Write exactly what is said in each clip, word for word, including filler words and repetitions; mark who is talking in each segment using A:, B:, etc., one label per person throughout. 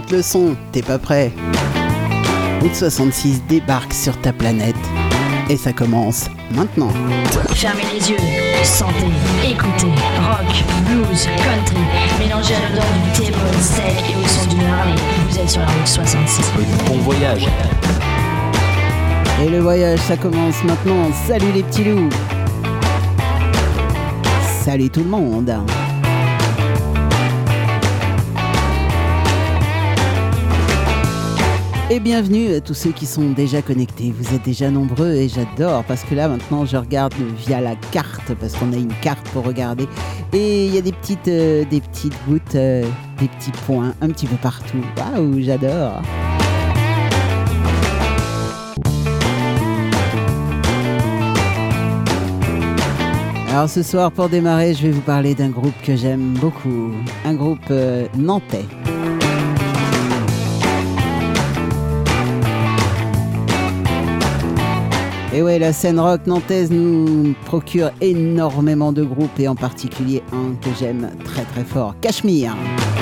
A: monte le son, t'es pas prêt? Route soixante-six débarque sur ta planète et ça commence maintenant.
B: Fermez les yeux, sentez, écoutez, rock, blues, country, mélangez à l'odeur du T-bone steak et au son du Harley. Vous êtes sur la route soixante-six.
C: Bon voyage.
A: Et le voyage, ça commence maintenant. Salut les petits loups. Salut tout le monde. Et bienvenue à tous ceux qui sont déjà connectés. Vous êtes déjà nombreux et j'adore parce que là maintenant je regarde via la carte parce qu'on a une carte pour regarder et il y a des petites, euh, des petites gouttes, euh, des petits points un petit peu partout. Waouh, j'adore. Alors ce soir pour démarrer je vais vous parler d'un groupe que j'aime beaucoup, un groupe euh, nantais. Et ouais, la scène rock nantaise nous procure énormément de groupes et en particulier un que j'aime très très fort, Cashmere.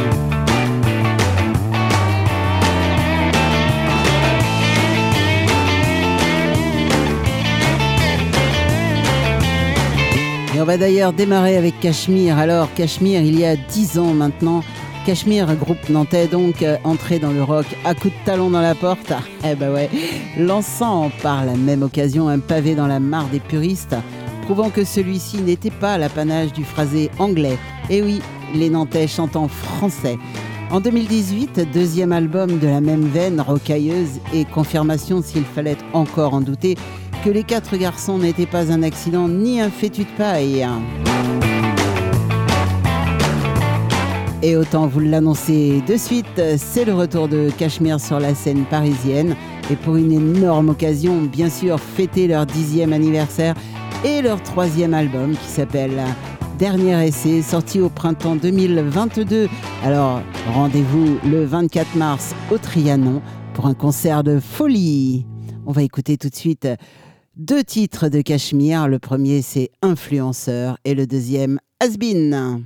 A: Et on va d'ailleurs démarrer avec Cashmere. Alors Cashmere, il y a dix ans maintenant, Cashmere, groupe nantais donc, euh, entré dans le rock à coups de talon dans la porte, ah, eh ben ouais, lançant par la même occasion un pavé dans la mare des puristes, prouvant que celui-ci n'était pas l'apanage du phrasé anglais. Et oui, les Nantais chantent en français. En deux mille dix-huit, deuxième album de la même veine rocailleuse et confirmation, s'il fallait encore en douter, que les quatre garçons n'étaient pas un accident ni un fétu de paille. Et autant vous l'annoncer de suite, c'est le retour de Cashmere sur la scène parisienne. Et pour une énorme occasion, bien sûr, fêter leur dixième anniversaire et leur troisième album qui s'appelle Dernier Essai, sorti au printemps deux mille vingt-deux. Alors, rendez-vous le vingt-quatre mars au Trianon pour un concert de folie. On va écouter tout de suite deux titres de Cashmere. Le premier, c'est Influenceur et le deuxième, Has Been.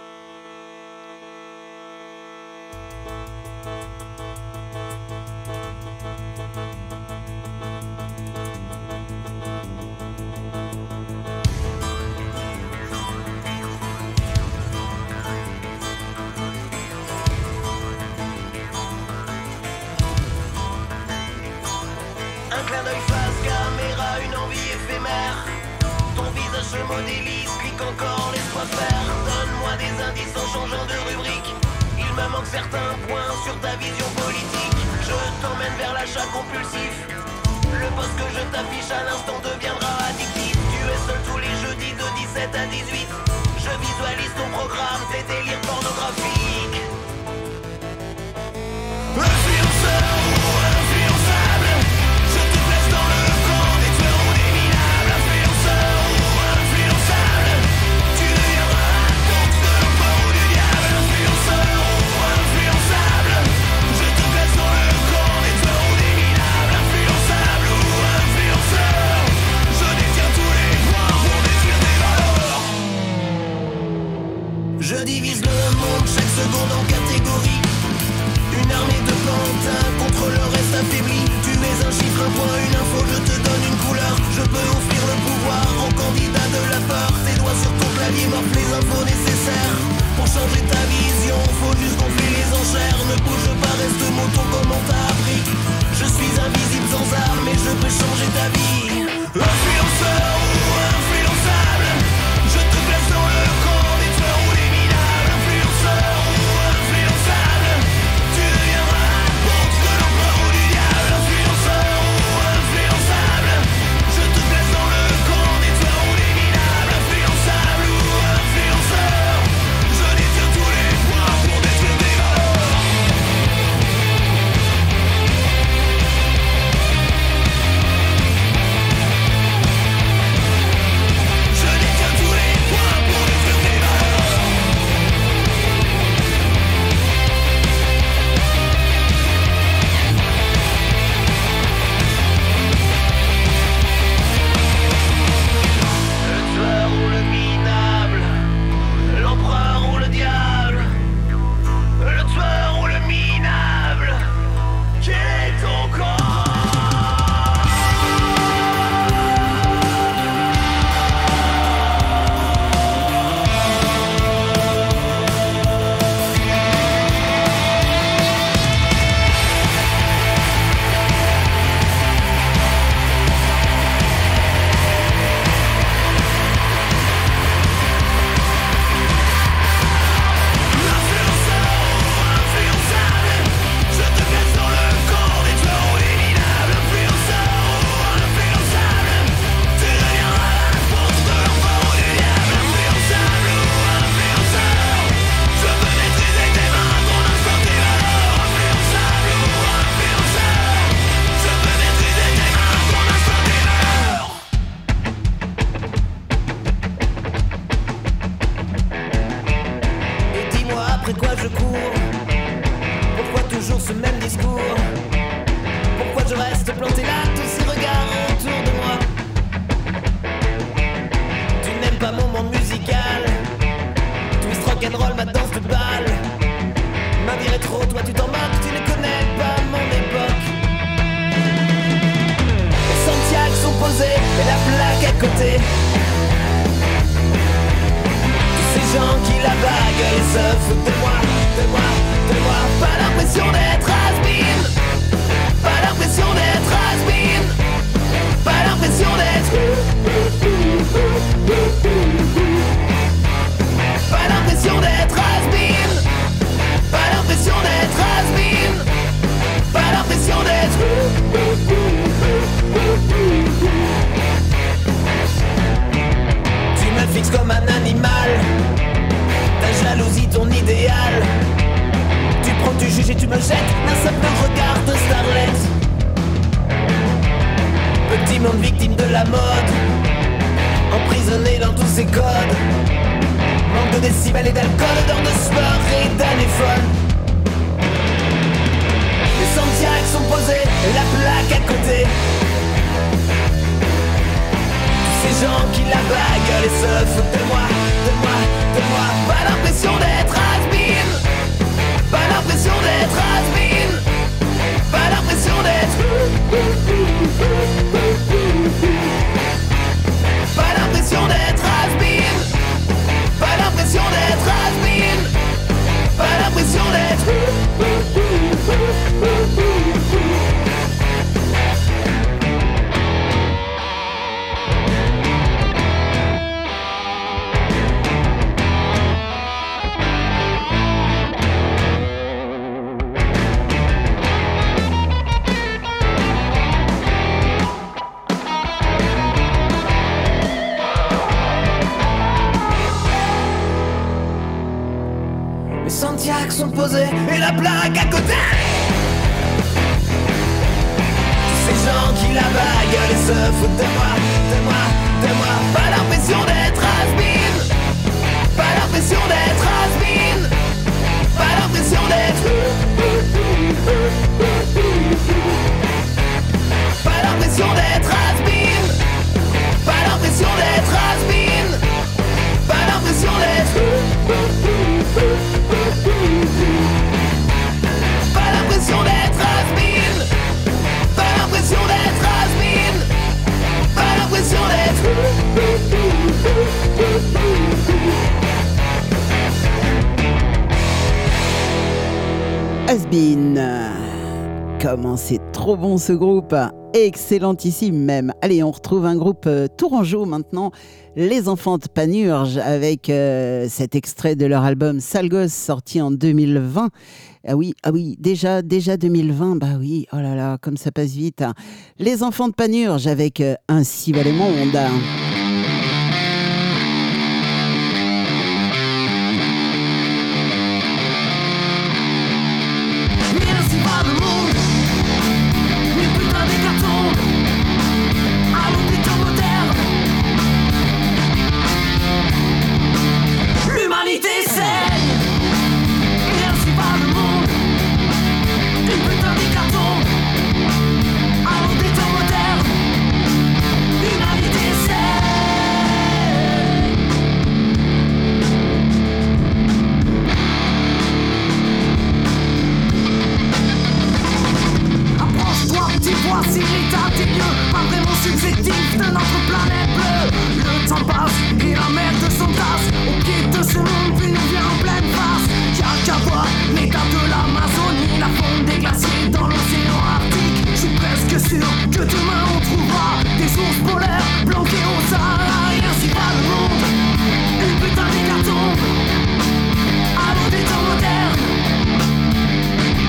D: Je modélise, clique encore, laisse-moi faire. Donne-moi des indices en changeant de rubrique. Il me manque certains points sur ta vision politique. Je t'emmène vers l'achat compulsif. Le poste que je t'affiche à l'instant deviendra addictif. Tu es seul tous les jeudis de dix-sept à dix-huit. Je visualise ton programme, tes délires pornographiques. Influenceur ou influençable, je te place dans le camp des tueurs ou des minables. Influenceur ou influençable, tu deviendras un compte de l'emploi ou du diable. Influenceur ou influençable, je te place dans le camp des tueurs ou des minables. Influençable ou influenceur, je détiens tous les points pour détruire tes valeurs. Je divise le monde chaque seconde en catégories. Une armée de pantins contre le reste affaibli. Tu es un chiffre, un point, une info, je te donne une couleur. Je peux offrir le pouvoir au candidat de la peur. Tes doigts sur ton clavier morfent les infos nécessaires. Pour changer ta vision, faut juste gonfler les enchères. Ne bouge pas, reste moton comme on t'a appris. Je suis invisible sans armes et je peux changer ta vie. Influenceur ou influençable, je te place dans le camp des tueurs ou des minables. Influenceur ou influençable, tu deviendras un compte de l'emploi ou du diable. Influenceur ou influençable, je te place dans le camp des tueurs ou des minables. Influençable ou influenceur, discours. Pourquoi je reste planté là, tous ces regards autour de moi? Tu n'aimes pas mon monde musical, twist rock'n'roll, ma danse de balle. Ma vie rétro, toi tu t'en moques, tu ne connais pas mon époque. Les Santiago sont posés et la plaque à côté. Tous ces gens qui la baguent et se foutent de moi, de moi, de moi. Pas l'impression d'être has-been, pas l'impression d'être has-been, pas l'impression d'être. Pas l'impression d'être has-been, pas l'impression d'être has-been, pas l'impression d'être. Tu me fixes comme un animal, ta jalousie ton idéal. Tu prends, tu juges et tu me jettes d'un simple regard de starlet. Petit monde victime de la mode, emprisonné dans tous ses codes. Manque de décibels et d'alcool, d'heures de sport et d'années folles. Les Santiago sont posés et la plaque à côté. Tous ces gens qui la baguent et se foutent de moi, de moi, de moi. Pas l'impression d'être has-been, pas l'impression d'être has-been, pas l'impression d'être. Pas l'impression d'être has-been, pas l'impression d'être has-been, pas l'impression d'être. Les Santiago sont posés et la plaque à côté. Tous ces gens qui la baguent et se foutent de moi, de moi, de moi. Pas l'impression d'être has-been, pas l'impression d'être has-been, pas l'impression d'être. Pas l'impression d'être has-been, pas l'impression d'être has-been, pas l'impression d'être. Pas l'impression d'être has-been, pas l'impression d'être has-been, pas l'impression d'être.
A: Has-been. Comment c'est trop bon ce groupe, excellentissime même. Allez, on retrouve un groupe euh, tourangeau maintenant, Les Enfants de Panurge, avec euh, cet extrait de leur album Sale Gosse sorti en deux mille vingt. Ah oui, ah oui, déjà, déjà deux mille vingt, bah oui, oh là là, comme ça passe vite. Hein. Les Enfants de Panurge avec euh, Ainsi va le monde.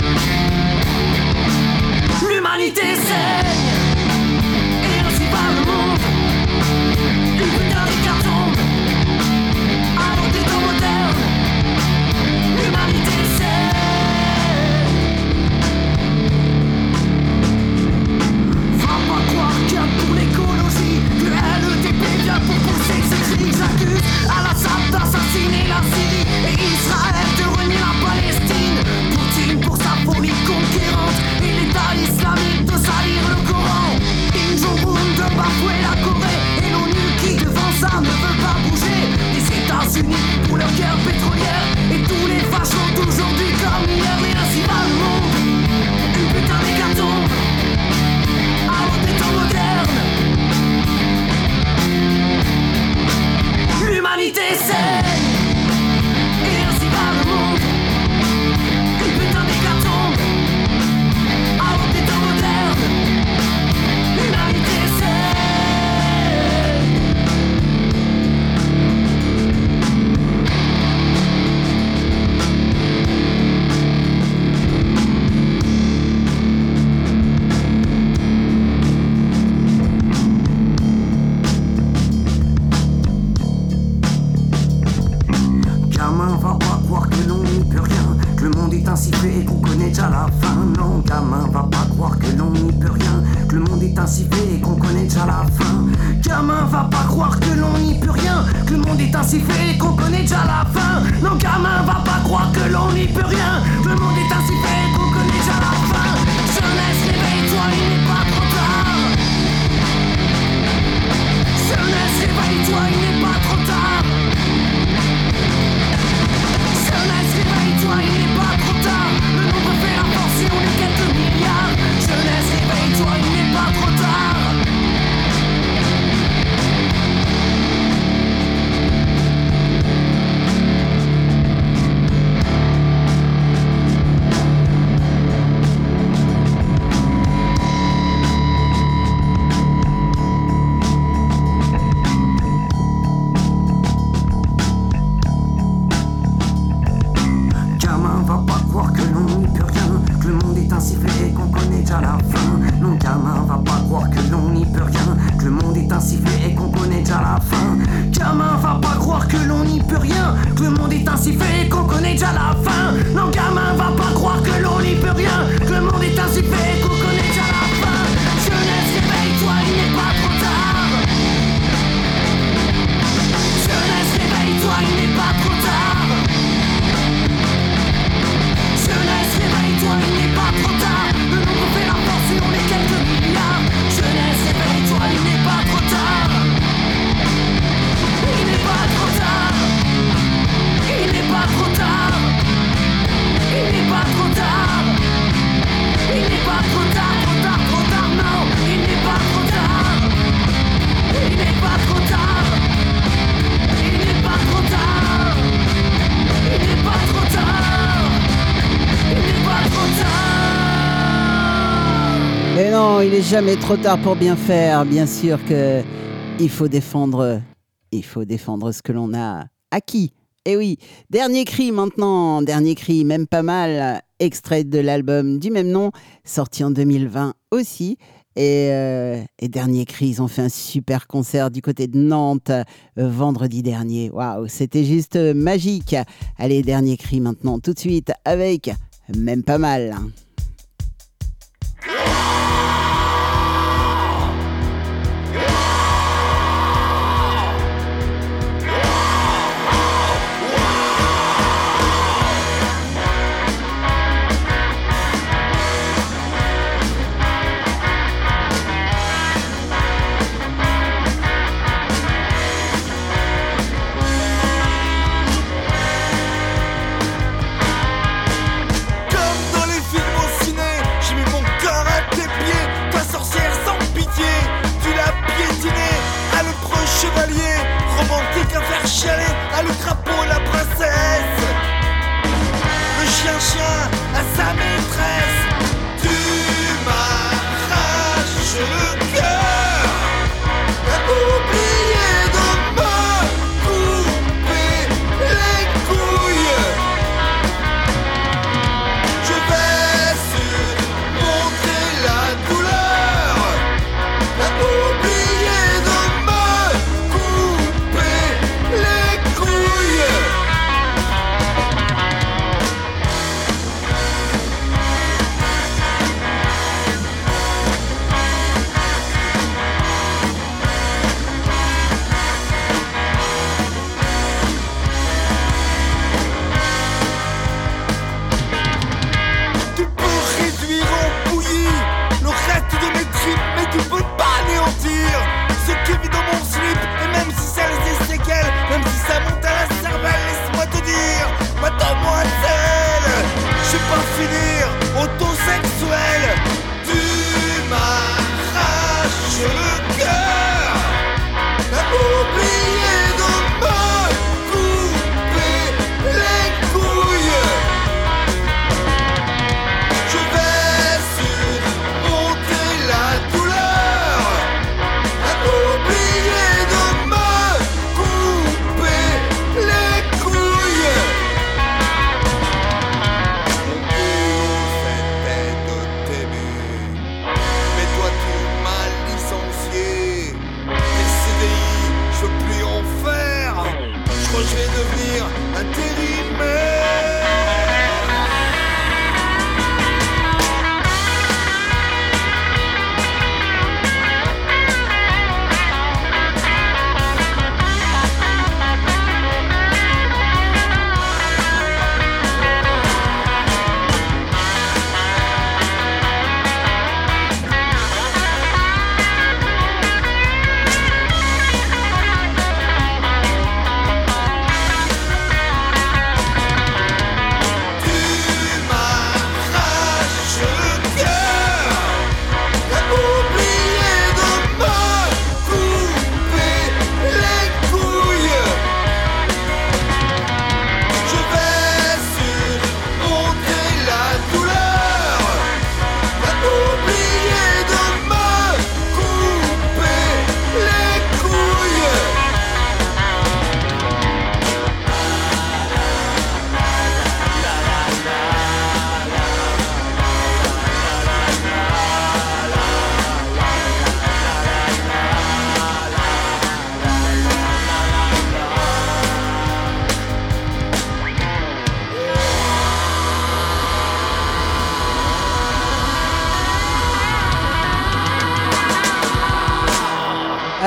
D: L'humanité saigne, et ainsi va le monde. pour leur guerre pétrolière et tous les fachos d'aujourd'hui comme hier. Mais ainsi va le monde, une putain d'hécatombe à l'autre des temps modernes. L'humanité saigne et ainsi va le monde, une putain d'hécatombe à l'autre des temps modernes. L'humanité saigne. Gamin, va pas croire que l'on n'y peut rien, que le monde est ainsi fait et qu'on connaît déjà la fin. Non, gamin, va pas croire que l'on n'y peut rien, que le monde est ainsi fait et qu'on connaît déjà la fin. Gamin, va pas croire que l'on n'y peut rien, que le monde est ainsi fait et qu'on connaît déjà la fin. Non, gamin, va pas croire que l'on n'y peut rien, que le monde est ainsi fait et qu'on connaît déjà la fin. Jeunesse, réveille-toi, il n'est pas trop tard. Jeunesse, réveille-toi, il n'est pas trop tard. Jeunesse, réveille-toi, il n'est pas trop tard. Le nombre fait la force et on est quelques milliards. Jeunesse, réveille-toi, il n'est pas trop tard. Gamin, va pas croire que l'on n'y peut rien, que le monde est ainsi fait et qu'on connaît déjà la fin. Non, gamin, va pas croire que l'on n'y peut rien, que le monde est ainsi fait et qu'on connaît déjà la fin. Gamin, va pas croire que l'on n'y peut rien, que le monde est ainsi fait et qu'on connaît déjà la fin. Non, gamin, va pas croire que l'on n'y peut rien, que le monde est ainsi fait et qu'on connaît déjà la fin. Jeunesse, réveille-toi, il n'est pas trop tard. Jeunesse, réveille-toi, il n'est pas trop tard. Jeunesse, réveille-toi, il n'est pas trop tard. Le nombre fait la force et on est quelques milliards. Jeunesse, réveille-toi, il n'est pas trop tard. Il n'est pas trop tard. Il n'est pas trop tard. Il n'est pas trop tard. Il n'est pas trop tard, trop tard, trop tard, non. Il n'est pas trop tard. Il n'est pas trop tard. Il n'est pas trop tard. Il n'est pas trop tard. Il n'est pas trop tard.
A: Et non, il est jamais trop tard pour bien faire. Bien sûr que il faut défendre, il faut défendre ce que l'on a acquis. Et oui, dernier cri maintenant, dernier cri, même pas mal, extrait de l'album du même nom, sorti en deux mille vingt aussi. Et, euh, et dernier cri, ils ont fait un super concert du côté de Nantes euh, vendredi dernier. Waouh, c'était juste euh, magique. Allez, dernier cri maintenant, tout de suite, avec même pas mal.
C: Comme dans les films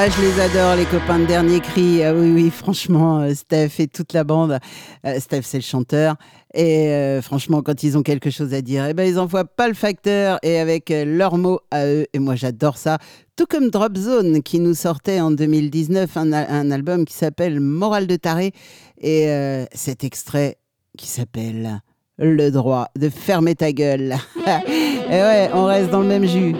A: Ah, je les adore, les copains de Dernier Cri. Ah oui, oui, franchement, euh, Steph et toute la bande. Euh, Steph, c'est le chanteur. Et euh, franchement, quand ils ont quelque chose à dire, eh ben, ils envoient pas le facteur et avec euh, leurs mots à eux. Et moi, j'adore ça. Tout comme Drop Zone, qui nous sortait en deux mille dix-neuf un, un album qui s'appelle Morale de taré. Et euh, cet extrait qui s'appelle Le droit de fermer ta gueule. Et ouais, on reste dans le même jus.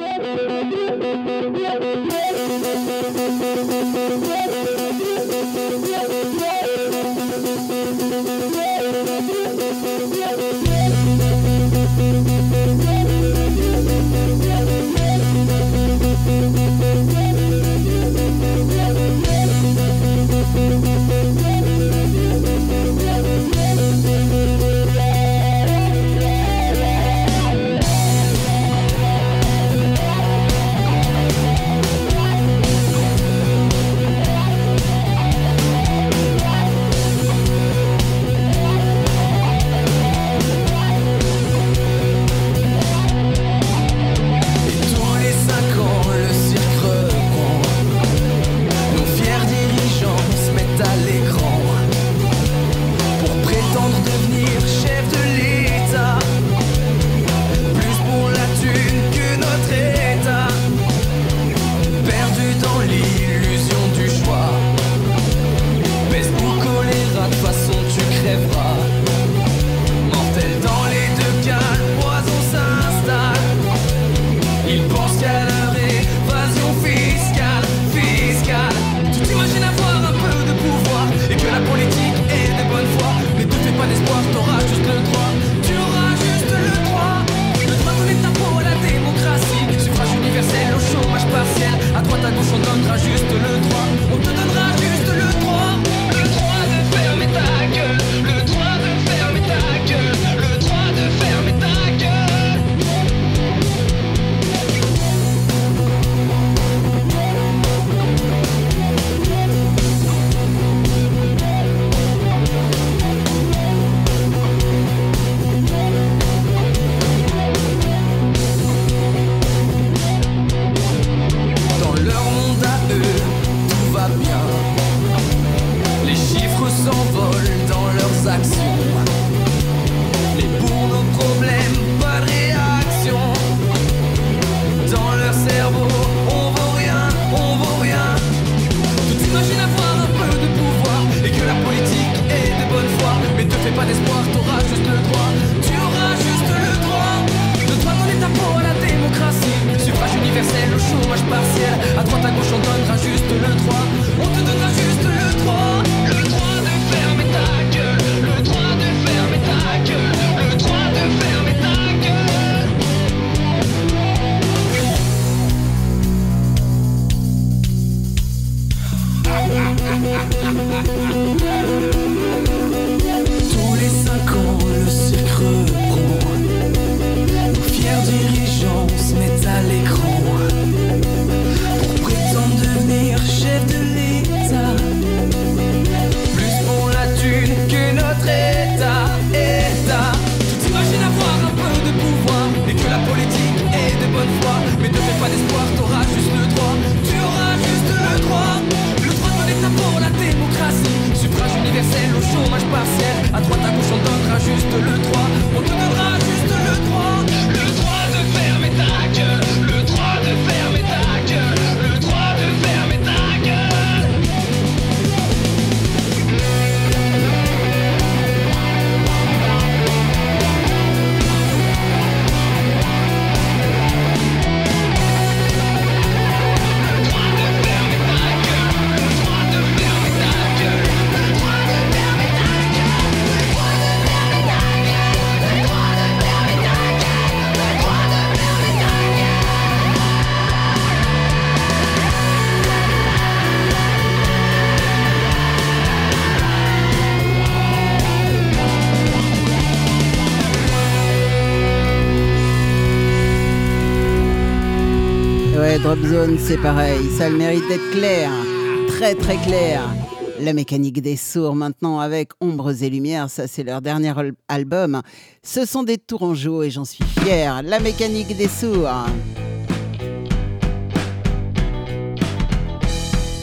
A: Drop Zone, c'est pareil, ça a le mérite d'être clair, très très clair. La mécanique des sourds maintenant avec Ombres et Lumières, ça c'est leur dernier album. Ce sont des tourangeaux et j'en suis fier. La mécanique des sourds.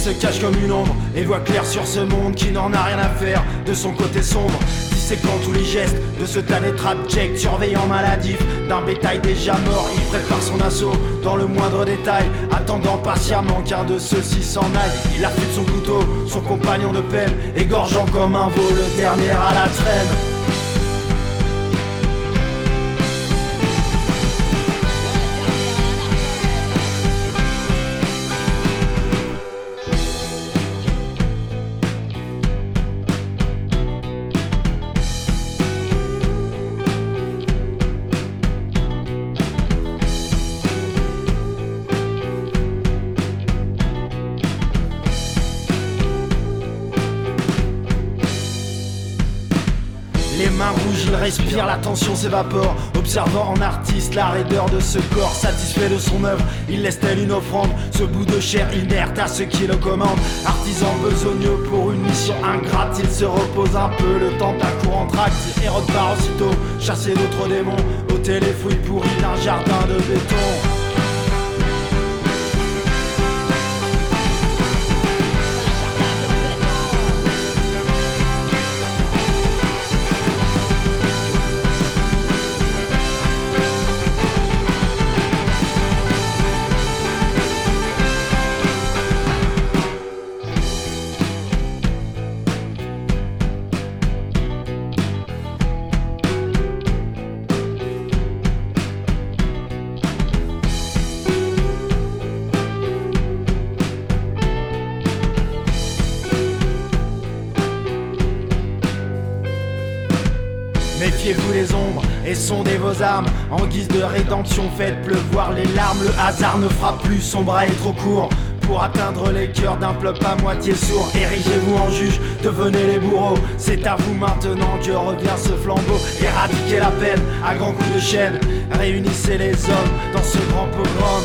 C: se cache comme une ombre et voit clair sur ce monde qui n'en a rien à faire de son côté sombre. Disséquant tous les gestes de ce tanné trap-jack, surveillant maladif d'un bétail déjà mort. Il prépare son assaut dans le moindre détail, attendant patiemment qu'un de ceux-ci s'en aille. Il affûte son couteau, son compagnon de peine, égorgeant comme un veau le dernier à la traîne. Il respire, la tension s'évapore, observant en artiste la raideur de ce corps. Satisfait de son œuvre, il laisse telle une offrande, ce bout de chair inerte à ceux qui le commandent. Artisan besogneux pour une mission ingrate, il se repose un peu le temps d'un court entracte. Hérode part aussitôt, chasser d'autres démons, ôter les fouilles pourries d'un jardin de béton. Méfiez-vous les ombres et sondez vos armes. En guise de rédemption, faites pleuvoir les larmes. Le hasard ne fera plus, son bras est trop court pour atteindre les cœurs d'un peuple à moitié sourd. Érigez-vous en juge, devenez les bourreaux. C'est à vous maintenant que revient ce flambeau. Éradiquez la peine à grands coups de chaîne. Réunissez les hommes dans ce grand pogrom.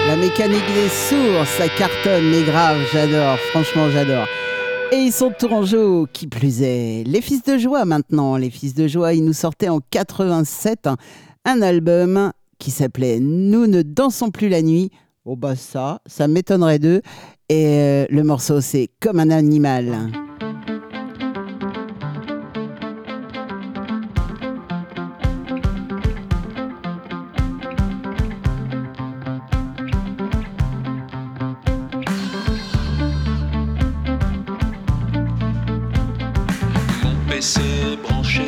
A: La mécanique des sourds, ça cartonne, mais grave, j'adore, franchement j'adore. Et ils sont tourangeaux, qui plus est. Les Fils de Joie maintenant, les Fils de Joie, ils nous sortaient en quatre-vingt-sept un album qui s'appelait Nous ne dansons plus la nuit. Oh bah ça, ça m'étonnerait d'eux. Et euh, le morceau c'est Comme un animal.
E: P C branché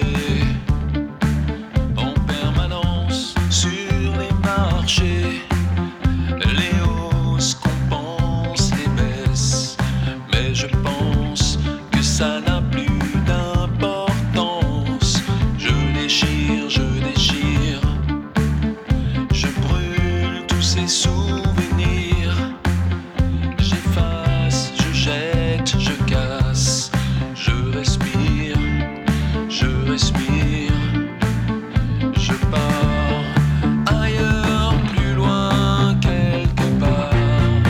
E: en permanence sur les marchés. Les hausses compensent les baisses, mais je pense que ça n'a plus d'importance. Je déchire, je déchire, je brûle tous ces souvenirs. J'efface, je jette, je casse, je respire. Je respire, je pars ailleurs, plus loin, quelque part.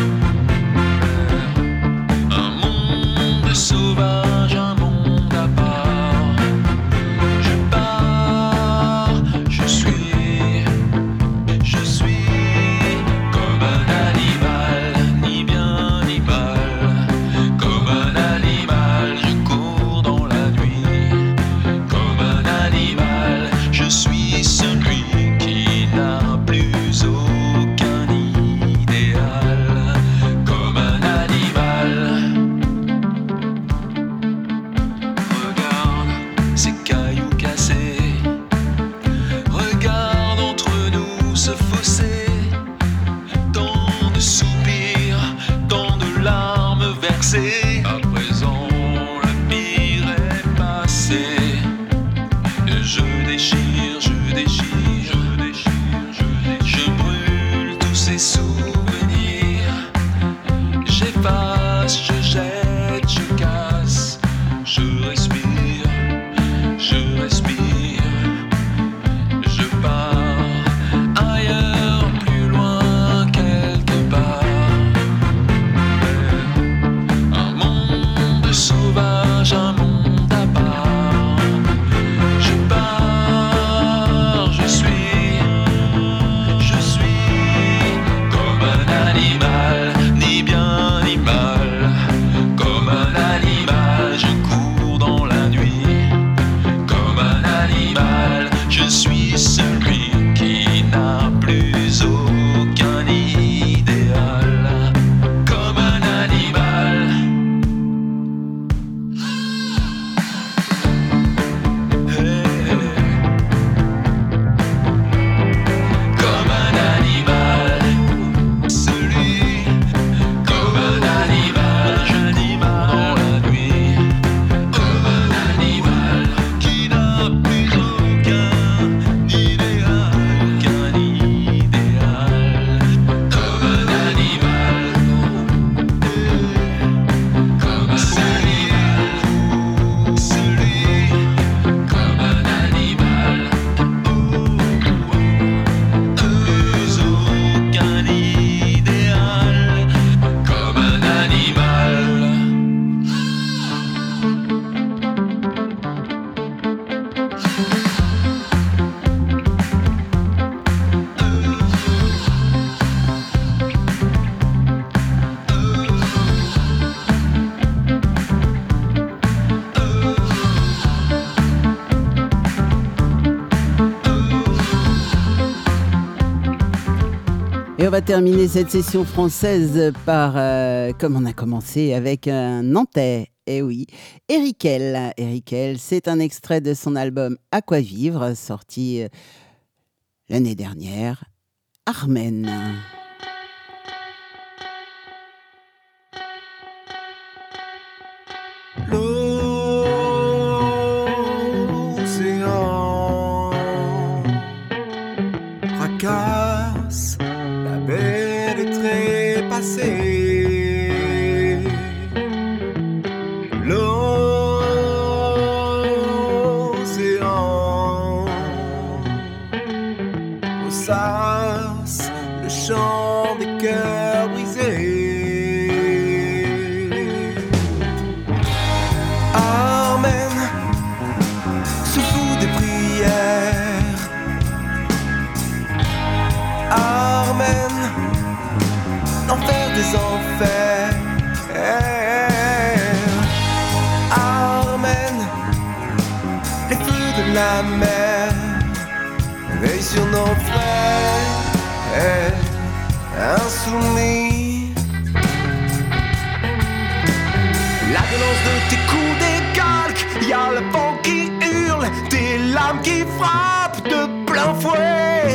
E: Un monde sauvage, un monde à part. Je pars, je suis, je suis comme un animal, ni bien ni mal. Comme un animal, je cours dans la nuit. Je suis celui qui n'a plus aucun idéal. Comme un animal. Regarde ces cailloux cassés. Regarde entre nous ce fossé. Tant de soupirs, tant de larmes versées. À présent le pire est passé. Je déchire, je déchire, je déchire, je déchire. Je brûle tous ces souvenirs. J'efface, je jette, je casse. Je respire, je respire. Je pars ailleurs, plus loin, quelque part. Un monde sauvage, un monde à part. Je pars, je suis, je suis comme un animal, ni bien ni mal. Comme un animal, je cours dans la nuit. Comme un animal, je suis celui qui n'a plus aucun idéal. Comme un animal. Comme un animal, celui, comme un animal, je cours dans la nuit. Comme un animal qui n'a plus aucun idéal, aucun idéal. Comme un animal, comme un animal, celui, comme un animal. Plus aucun idéal, comme un animal.
A: Et on va terminer cette session française par, euh, comme on a commencé, avec un Nantais. Eh oui, Erikel. Erikel, c'est un extrait de son album À quoi vivre, sorti euh, l'année dernière. Armen.
F: L'océan fracasse, la mer est trépassée. L'océan ressasse le chant des cœur brisé. Amen, se fout des prières. Amen, l'enfer des enfers. Amen, les feux de la mer veillent sur nos frères insoumis. La violence de tes coups décalque, y'a le vent qui hurle, tes lames qui frappent de plein fouet.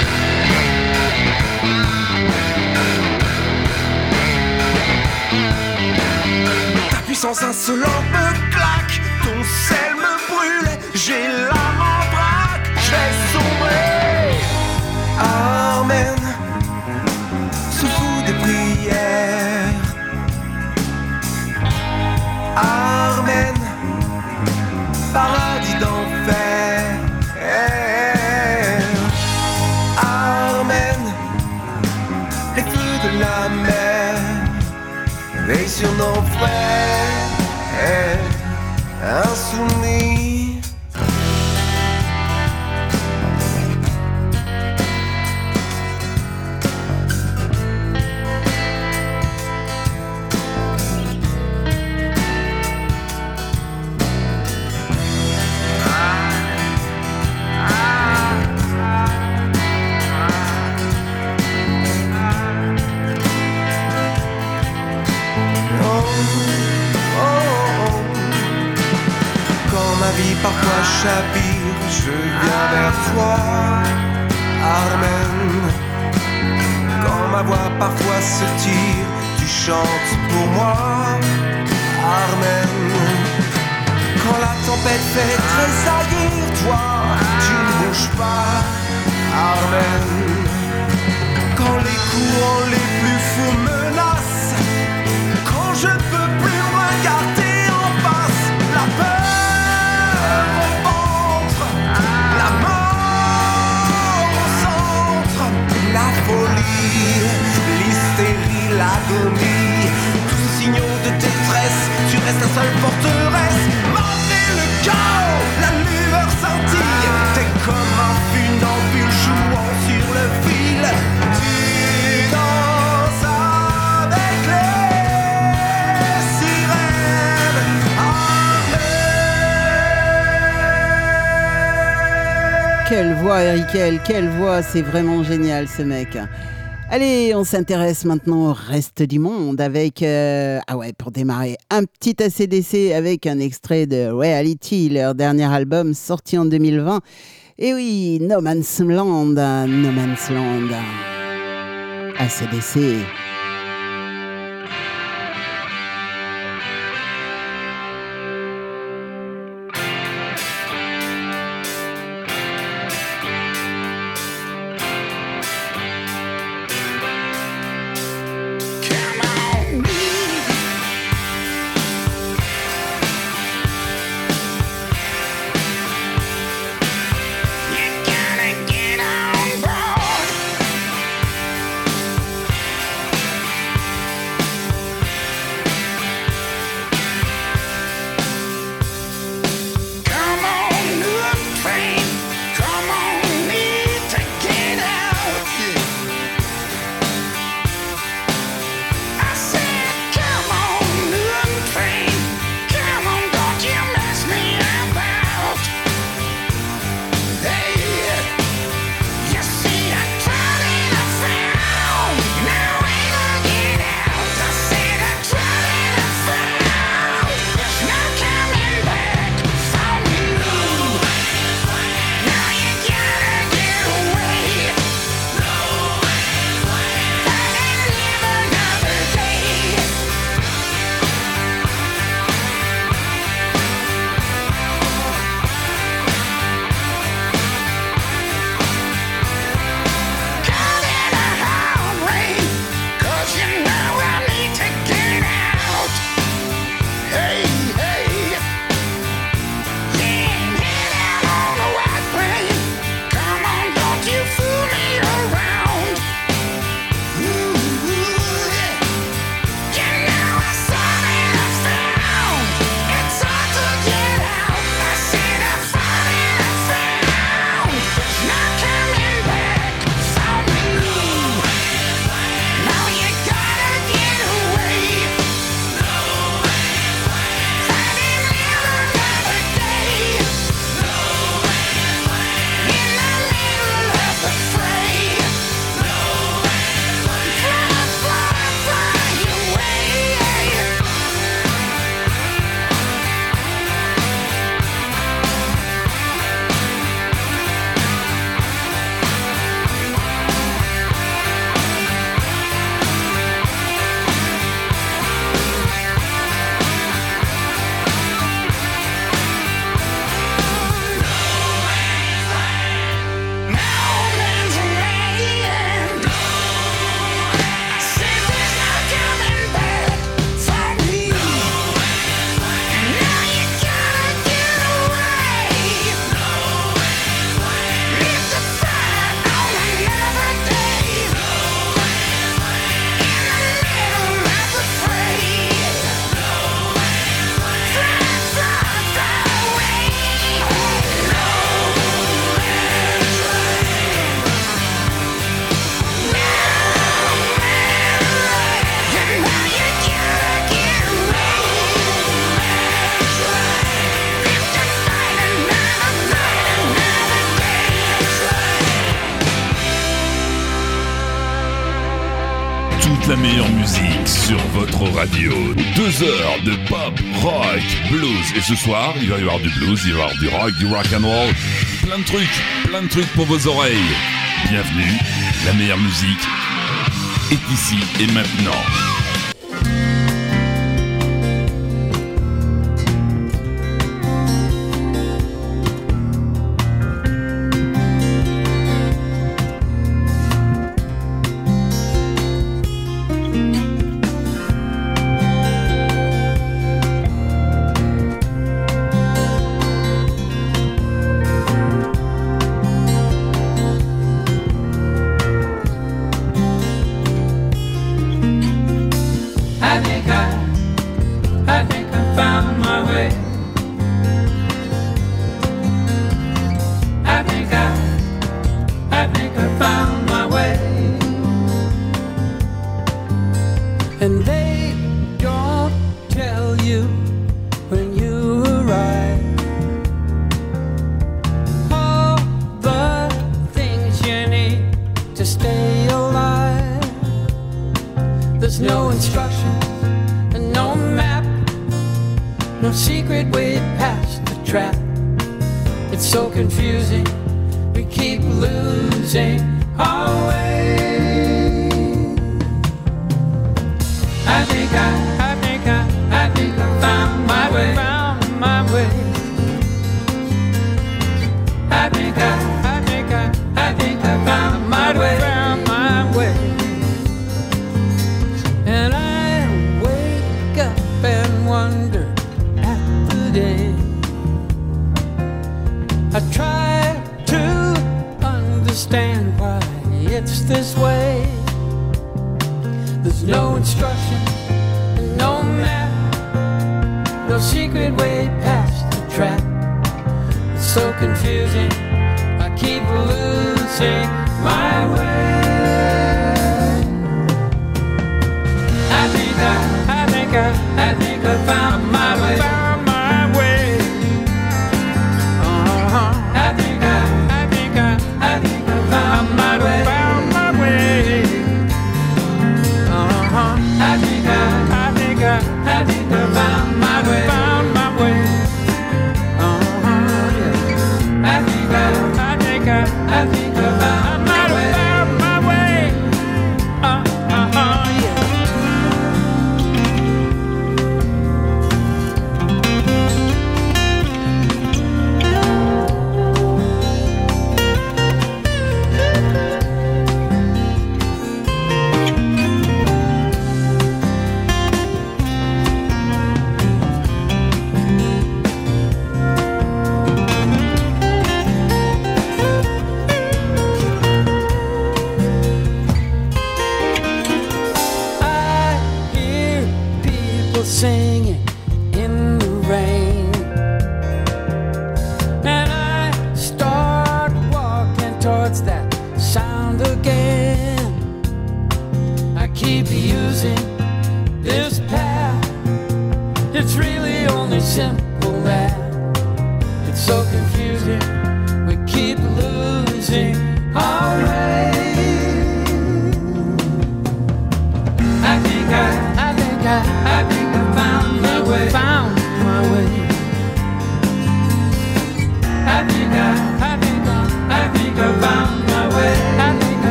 F: Ta puissance insolente me claque, ton sel me brûle, j'ai l'âme en vrac, je vais sombrer. Amen, se fout des prières. Amen, paradis d'enfer. Amen, les feux de la mer veillent sur nos frères insoumis. Parfois chavire, je viens vers toi, Amen. Quand ma voix parfois se tire, tu chantes pour moi, Amen. Quand la tempête fait tressaillir, toi, tu ne bouges pas, Amen. Quand les courants les plus fous menacent, quand je peux plus regarder en face, la peur l'hystérie, l'agonie, tous ces signaux de détresse, tu restes la seule forteresse. Malgré le chaos, la lueur scintille, t'es comme un funambule jouant sur le fil. Tu danses avec les sirènes. Amen.
A: Quelle voix, Erikel, quelle voix, c'est vraiment génial ce mec. Allez, on s'intéresse maintenant au reste du monde avec, euh, ah ouais, pour démarrer, un petit A C D C avec un extrait de Reality, leur dernier album sorti en deux mille vingt. Et oui, No Man's Land, No Man's Land, A C D C.
G: toute la meilleure musique sur votre radio. Deux heures de pop, rock, blues. Et ce soir, il va y avoir du blues, il va y avoir du rock, du rock and roll. Plein de trucs, plein de trucs pour vos oreilles. Bienvenue, la meilleure musique est ici et maintenant.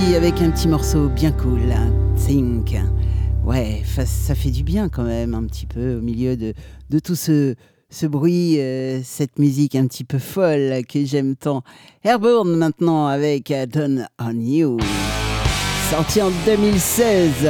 A: Lucy avec un petit morceau bien cool, Think. Ouais, ça fait du bien quand même, un petit peu, au milieu de, de tout ce, ce bruit, euh, cette musique un petit peu folle que j'aime tant. Airborne maintenant avec Dawn on You, sorti en deux mille seize.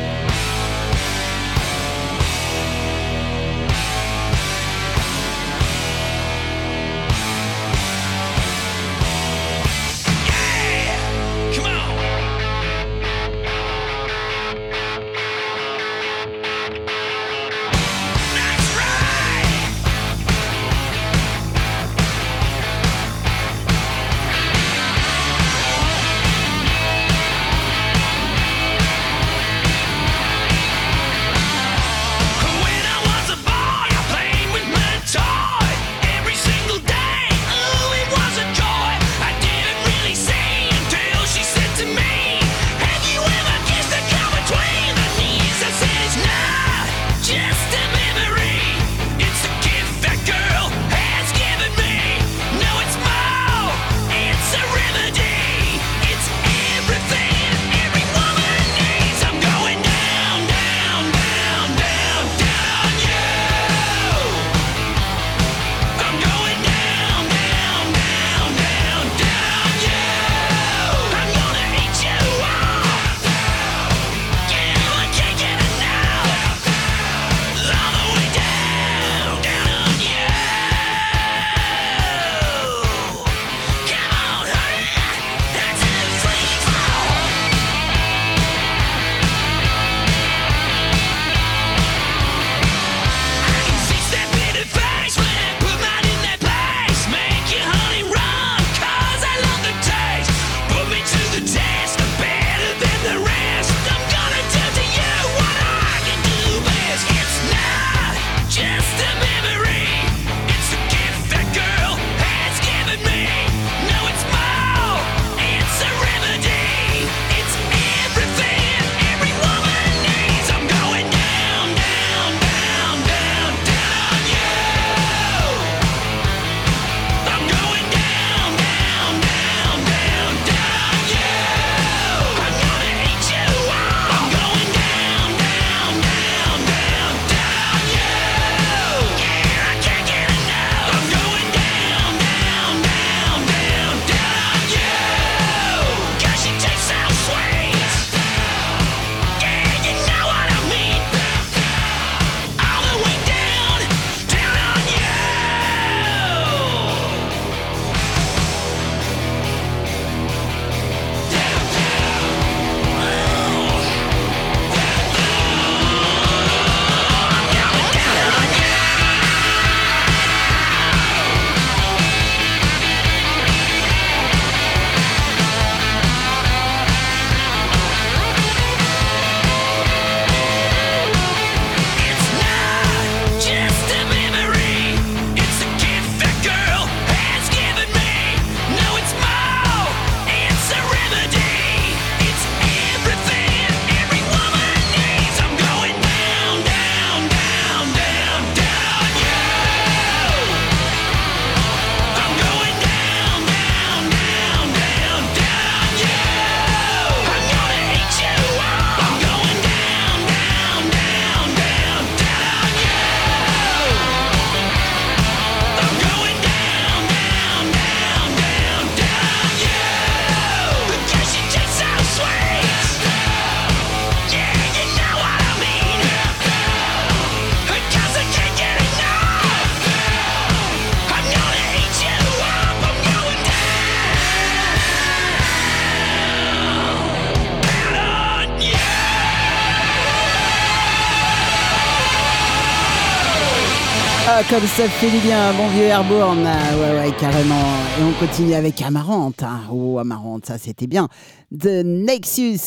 A: Ah, comme ça fait du bien, bon vieux Airborne. Ah, ouais, ouais, carrément. Et on continue avec Amarante. Hein. Oh, Amarante, ça c'était bien. The Nexus.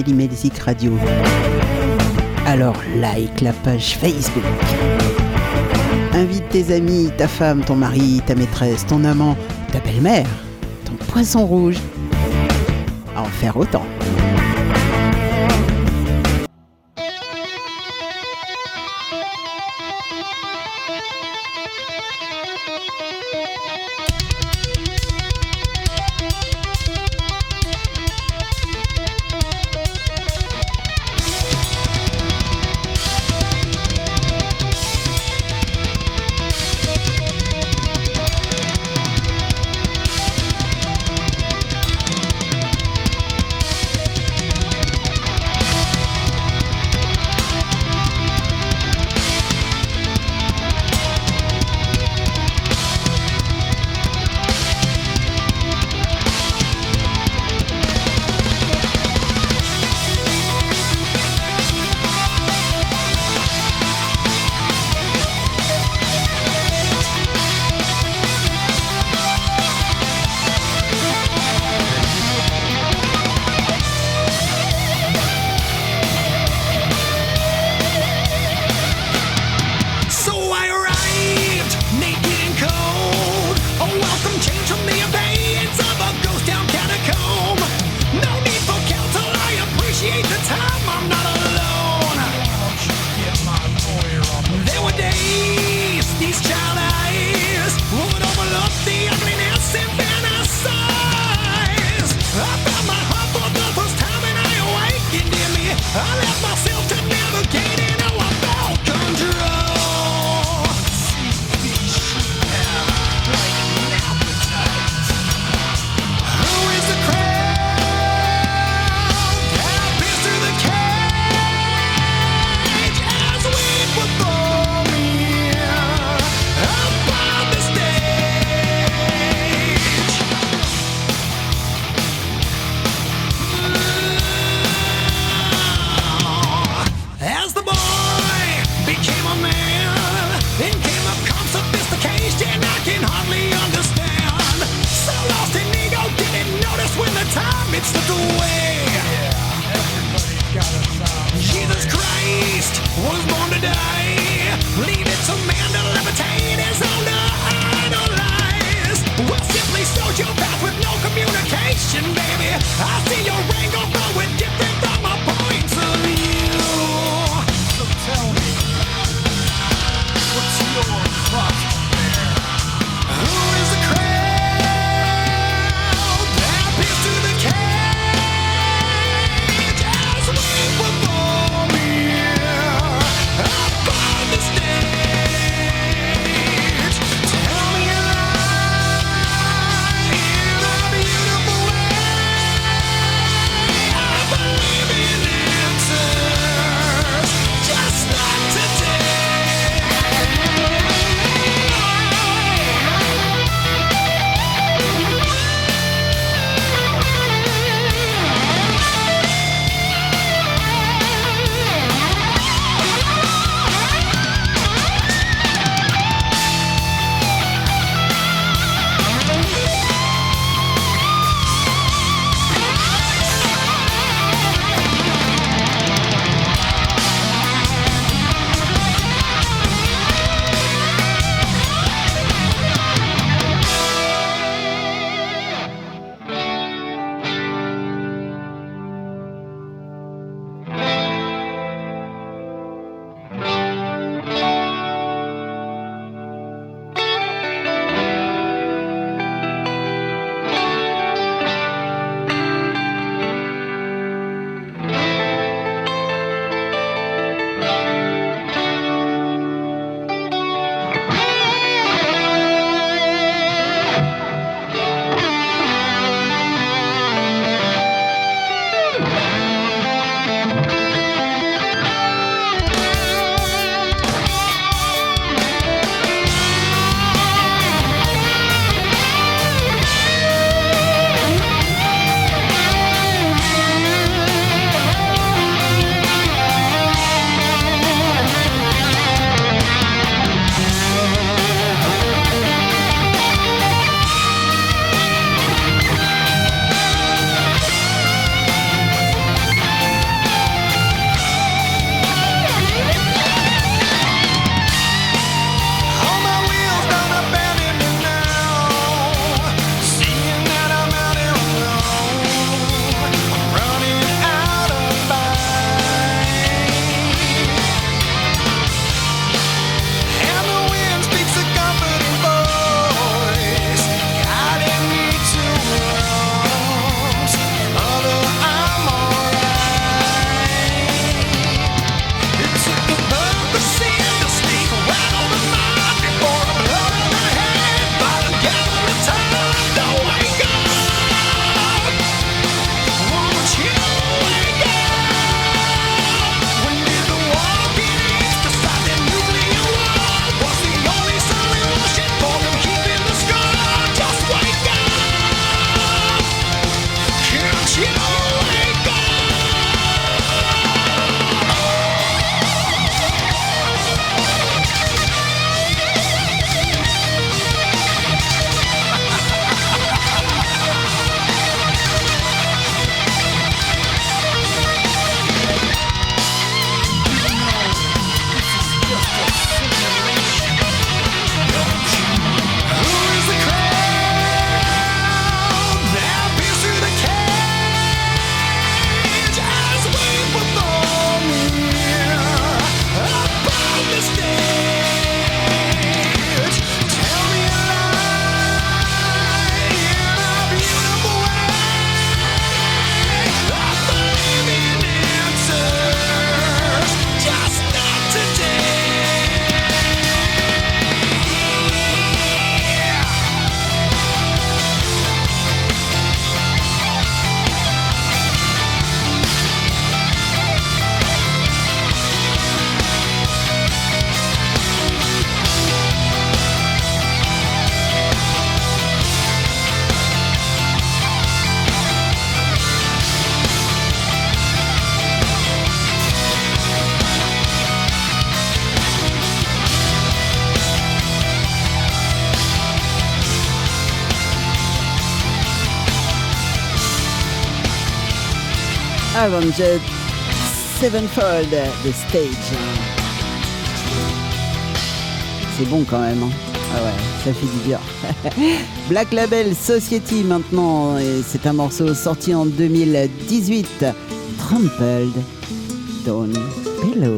A: Melly Melzik Radio. Alors like la page Facebook. Invite tes amis, ta femme, ton mari, ta maîtresse, ton amant, ta belle-mère, ton poisson rouge à en faire autant. Avenged Sevenfold The Stage. C'est bon quand même, hein. Ah ouais, ça fait du bien. Black Label Society maintenant, et c'est un morceau sorti en deux mille dix-huit. Trampled Down Below.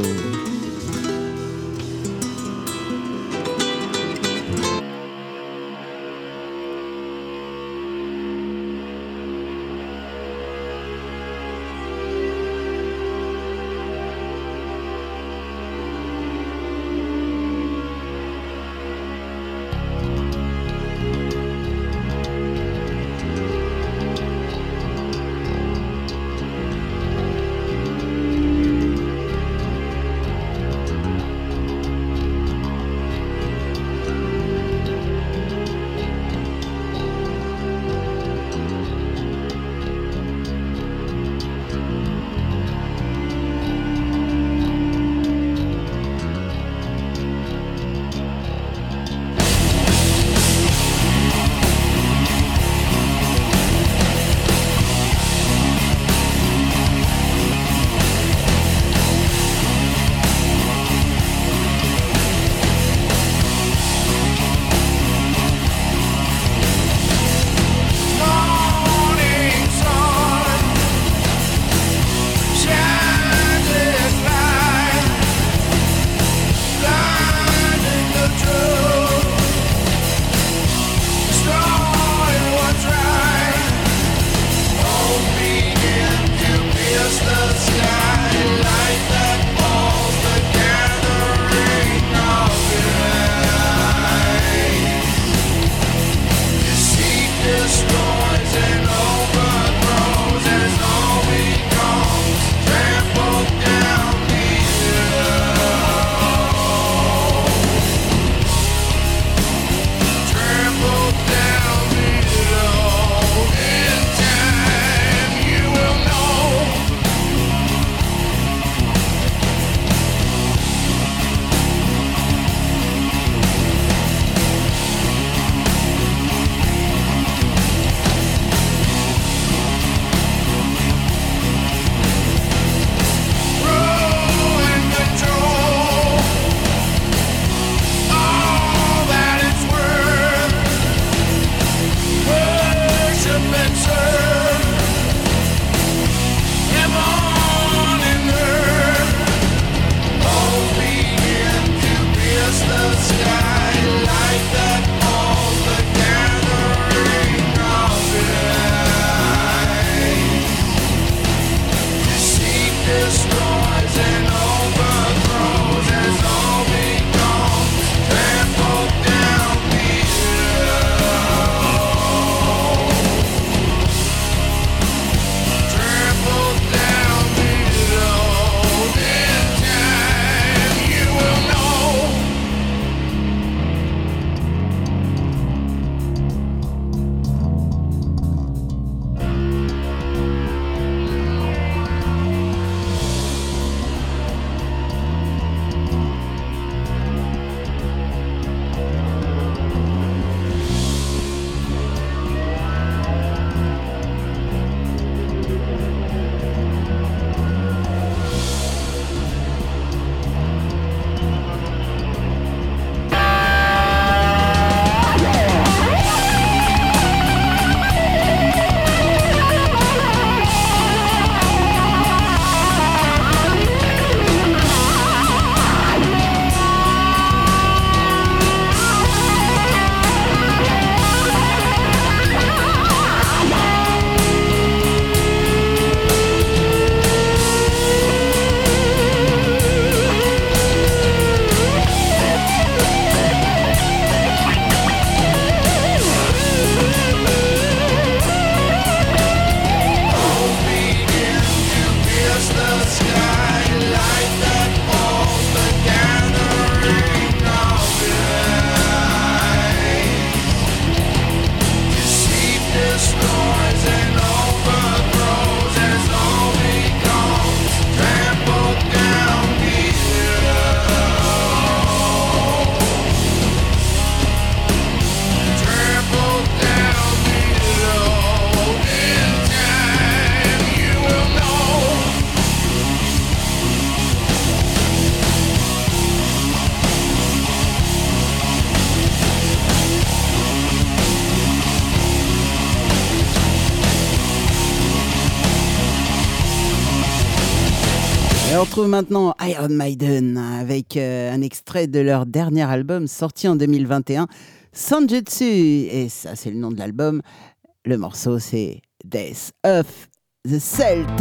A: retrouve maintenant Iron Maiden avec euh, un extrait de leur dernier album sorti en deux mille vingt et un, Sanjutsu. Et ça, c'est le nom de l'album. Le morceau, c'est Death of the Celt.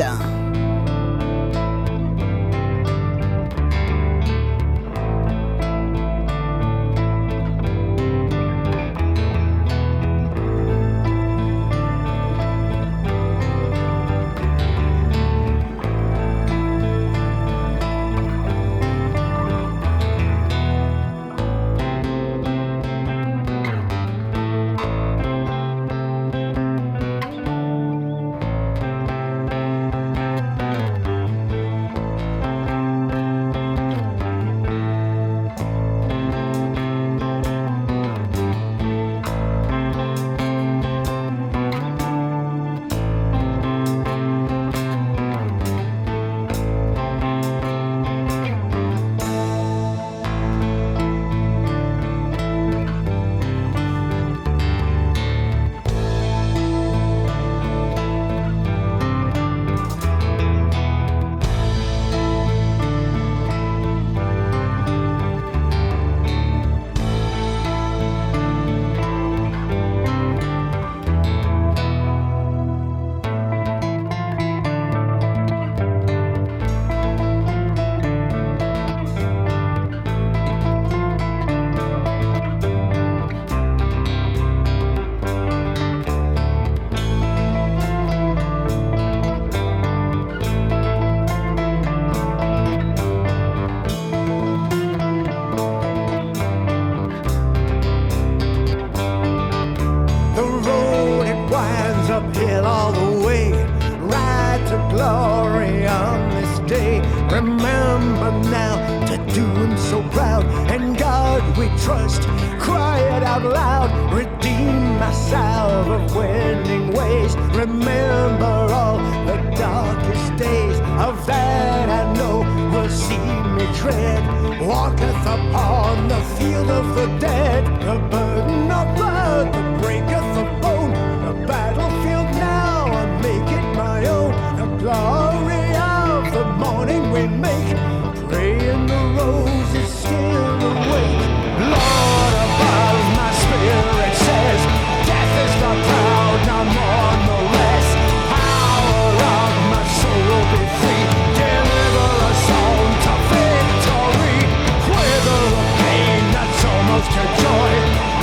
H: Joy.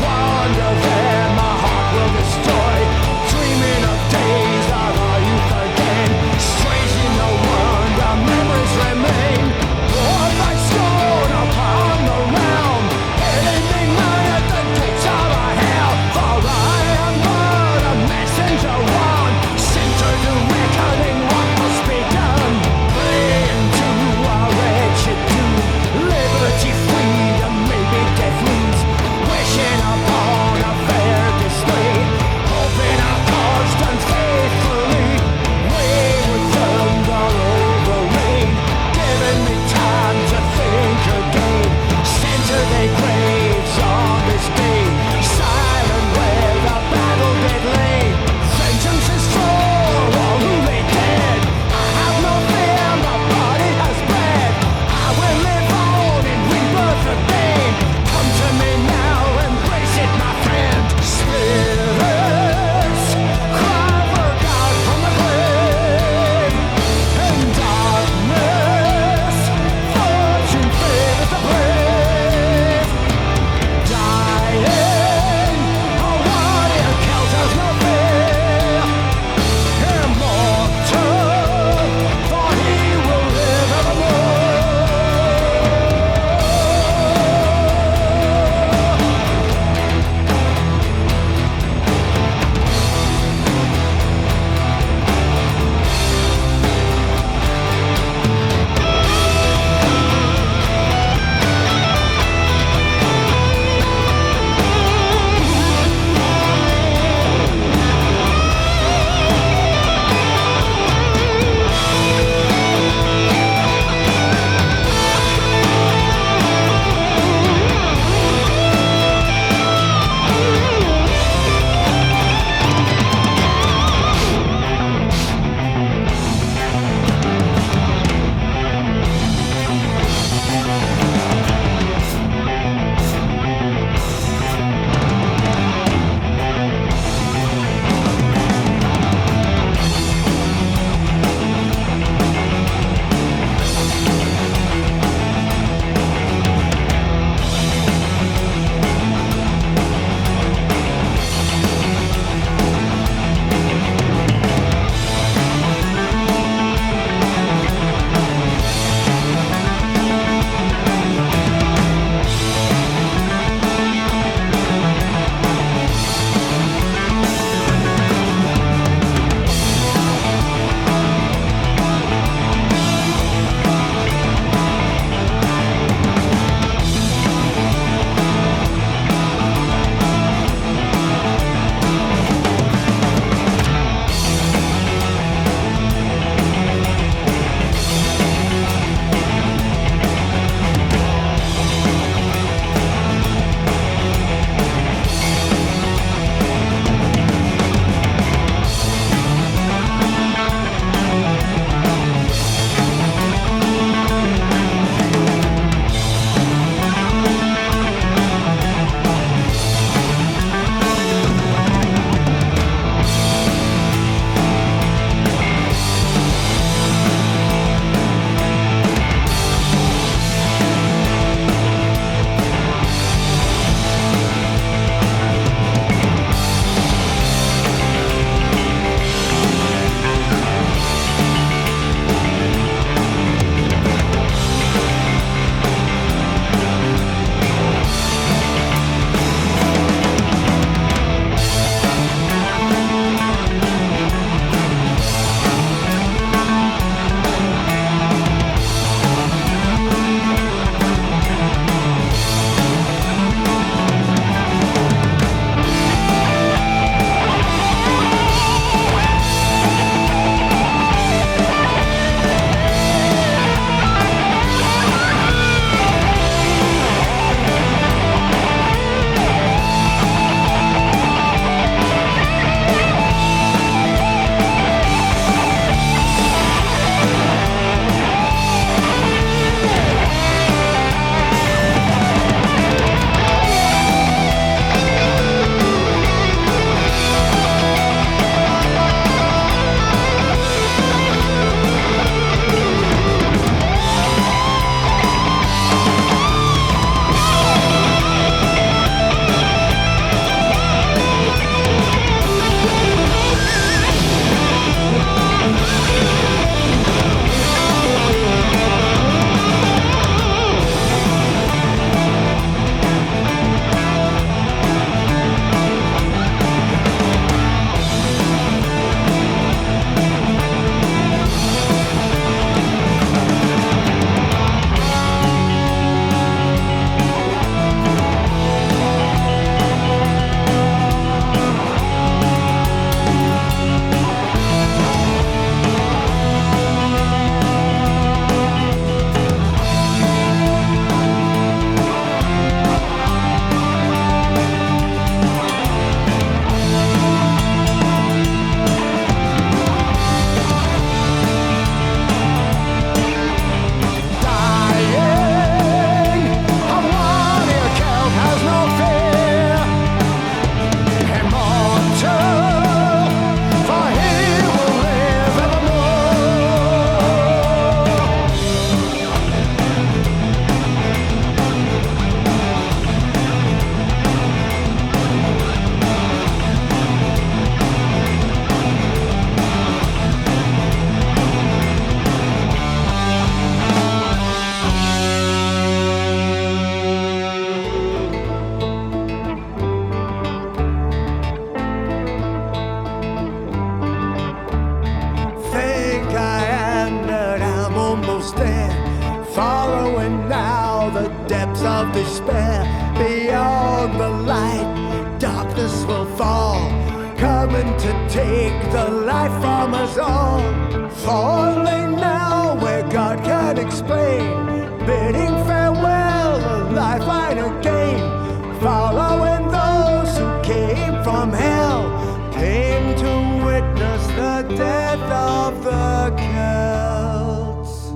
H: darkness of despair. Beyond the light, darkness will fall, coming to take the light from us all. Falling now where God can explain, bidding farewell to life I don't gain. Following those who came from hell, came to witness the death of the Celts.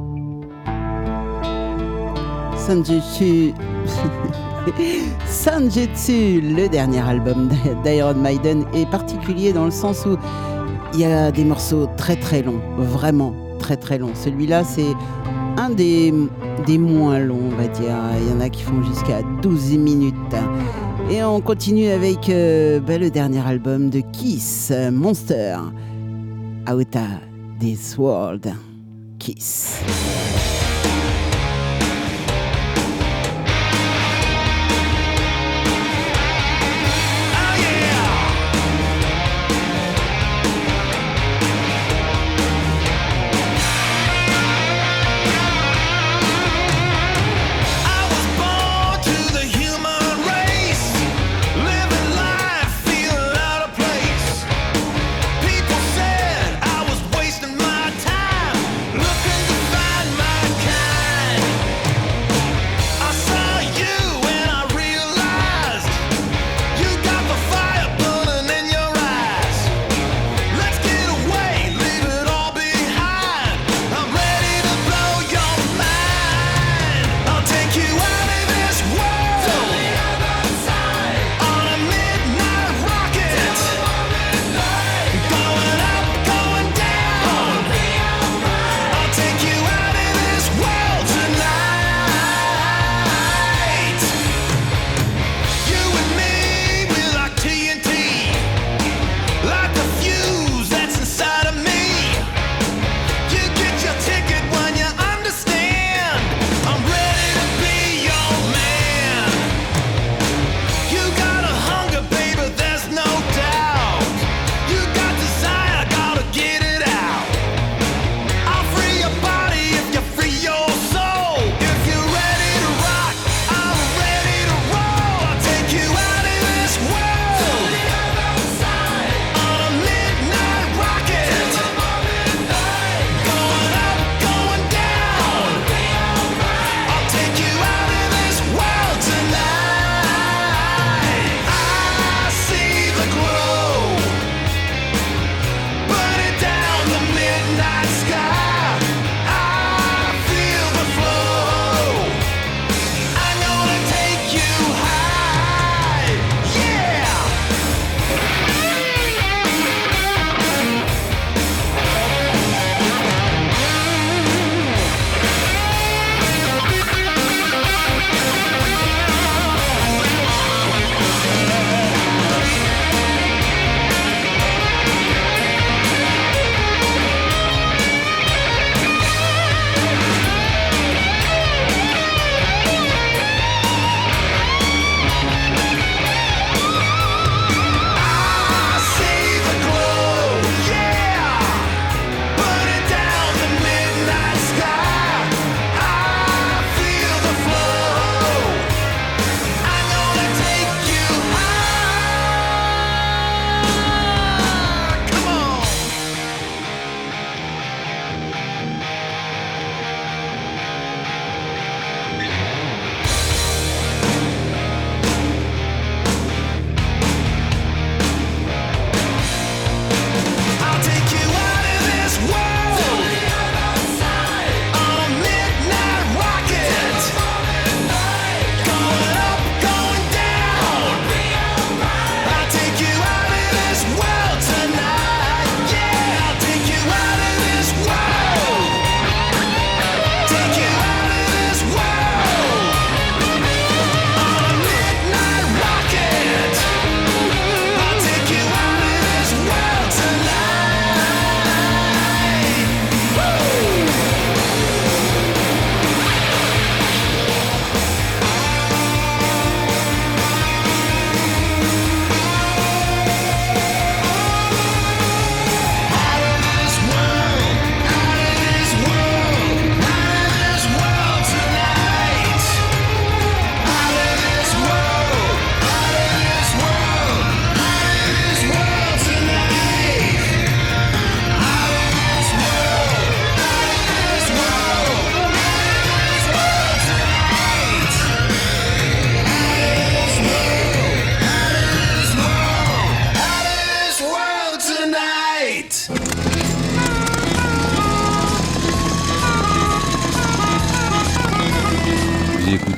A: Sanjutsu. Sanjutsu, le dernier album d'Iron Maiden, est particulier dans le sens où il y a des morceaux très très longs, vraiment très très longs. Celui-là, c'est un des, des moins longs, on va dire. Il y en a qui font jusqu'à douze minutes. Et on continue avec euh, bah, le dernier album de Kiss, Monster, Out of This World. Kiss.
D: Looking to find my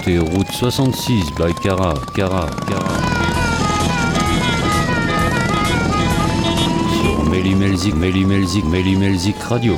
I: écoutez Route soixante-six by Cara, Cara, Cara. Sur Mélimelzik, Mélimelzik, Mélimelzik Radio.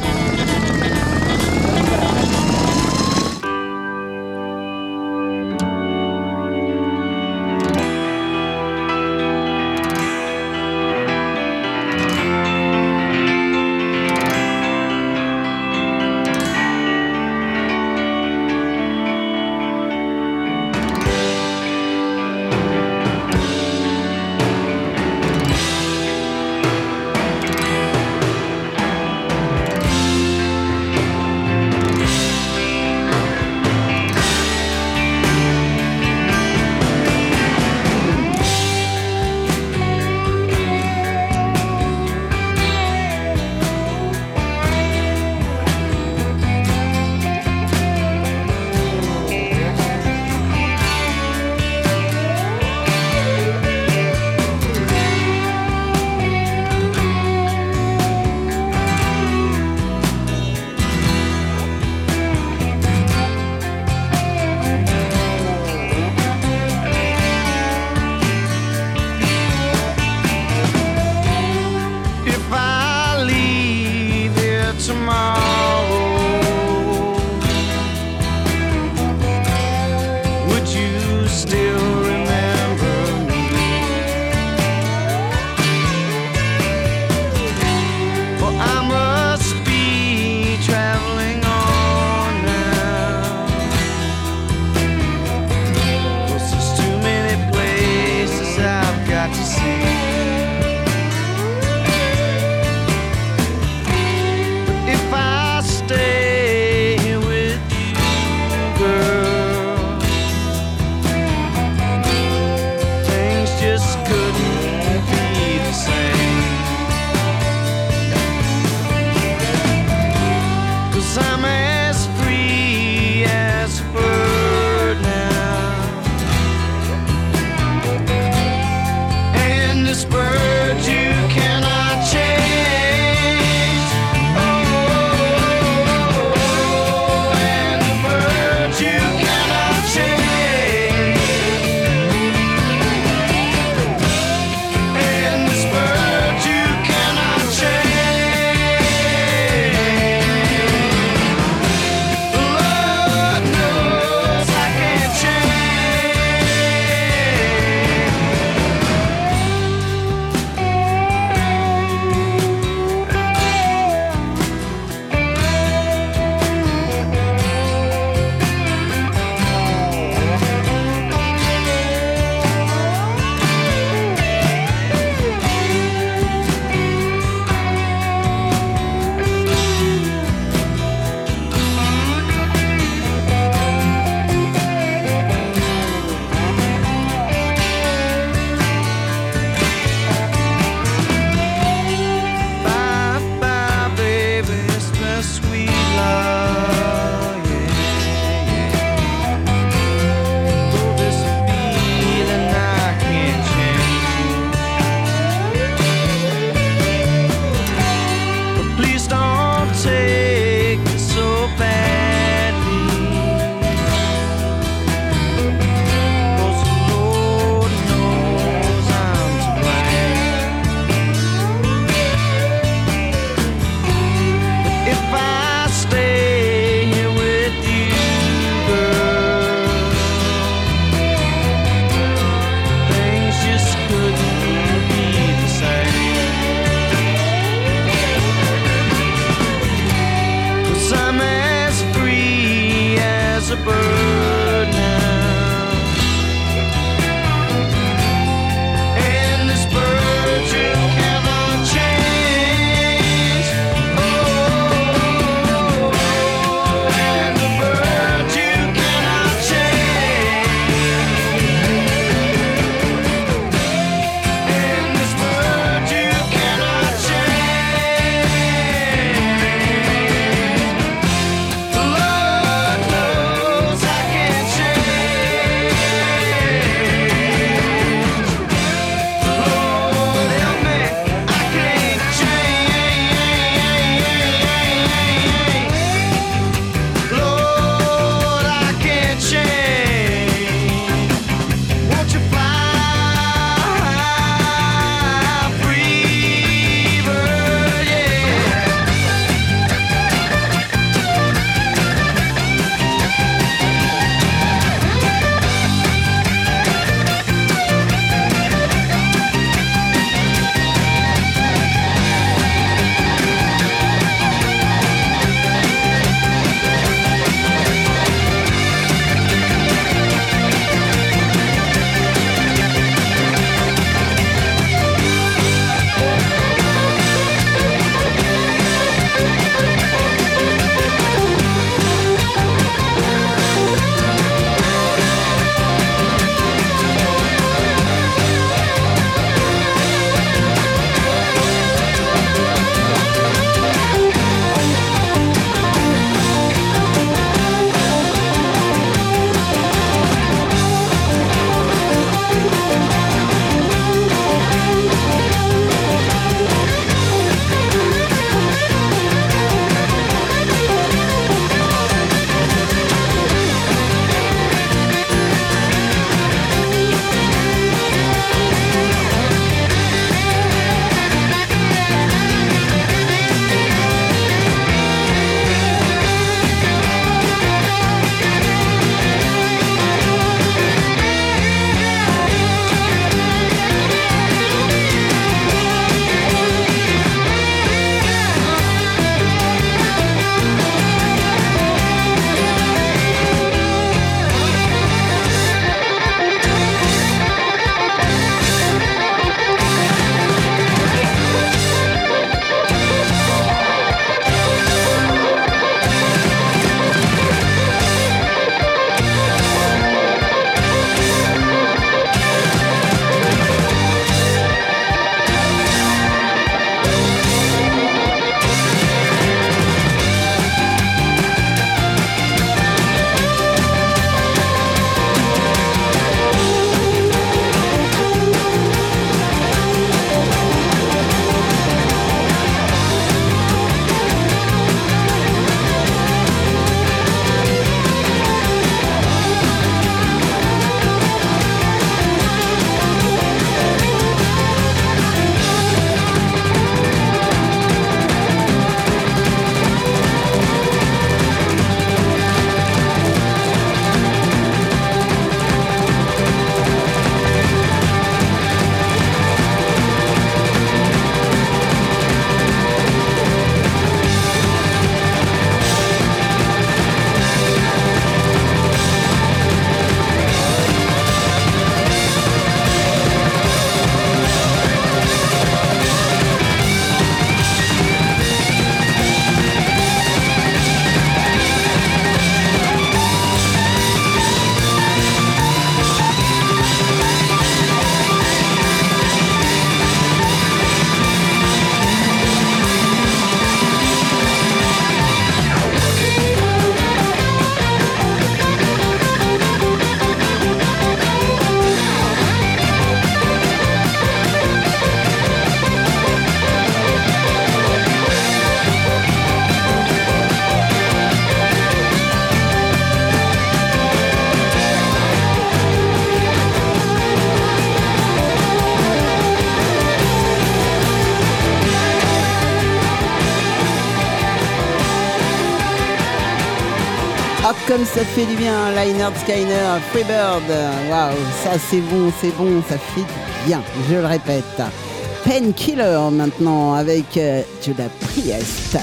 A: Ah, comme ça fait du bien, Lynyrd Skynyrd, Freebird. Waouh, ça c'est bon, c'est bon, ça fait du bien, je le répète. Painkiller maintenant avec euh, Judas Priest.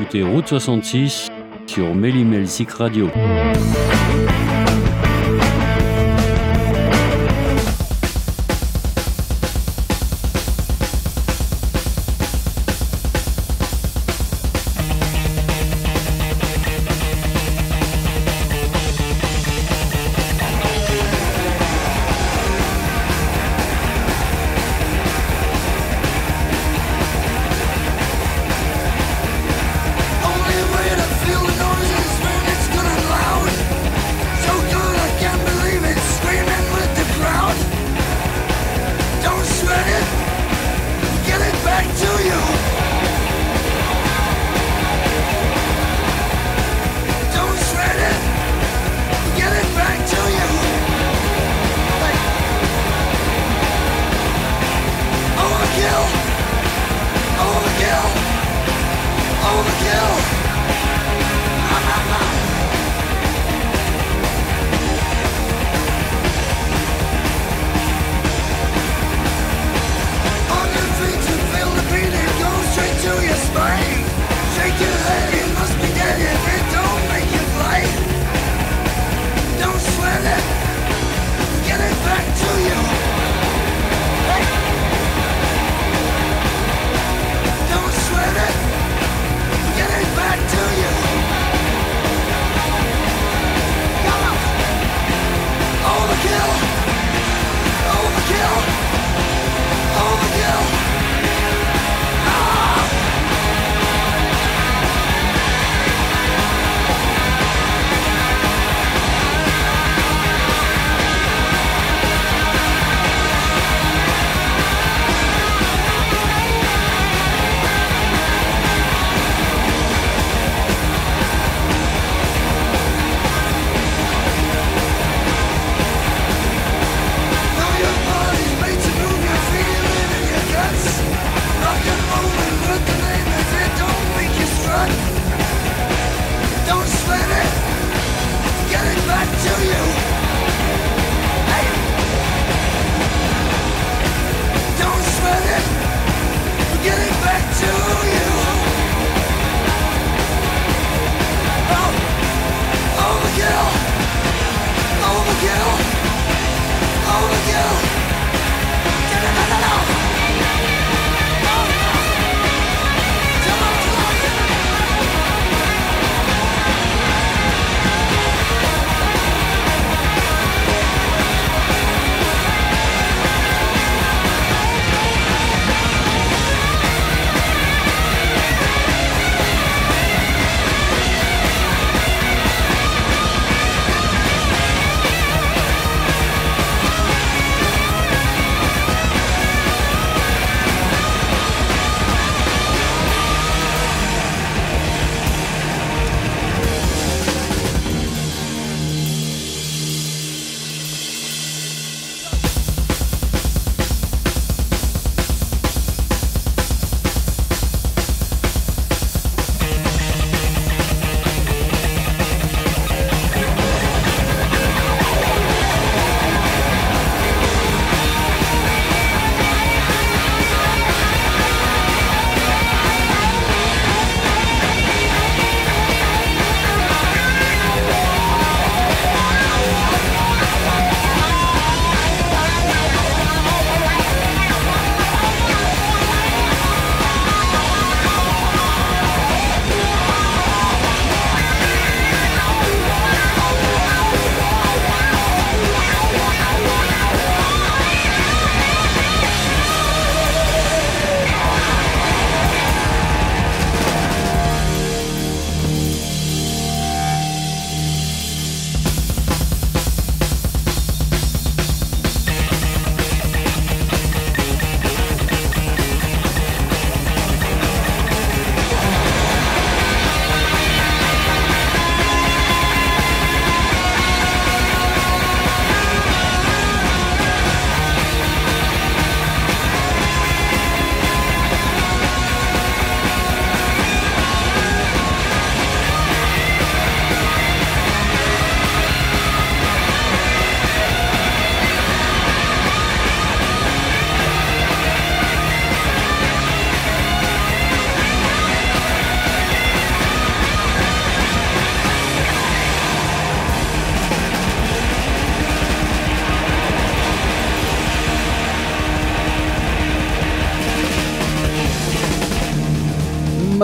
I: écoutez Route soixante-six sur Méli-Melzik Radio.
D: Only way to feel the noises when it's good and loud.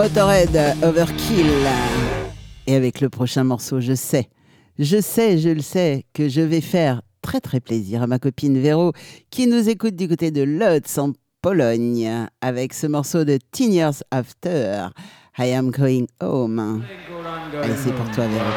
A: Motorhead, Overkill. Et avec le prochain morceau, je sais, je sais, je le sais, que je vais faire très très plaisir à ma copine Véro, qui nous écoute du côté de Lodz en Pologne, avec ce morceau de Ten Years After, I Am Going Home. Allez, c'est pour toi, Véro.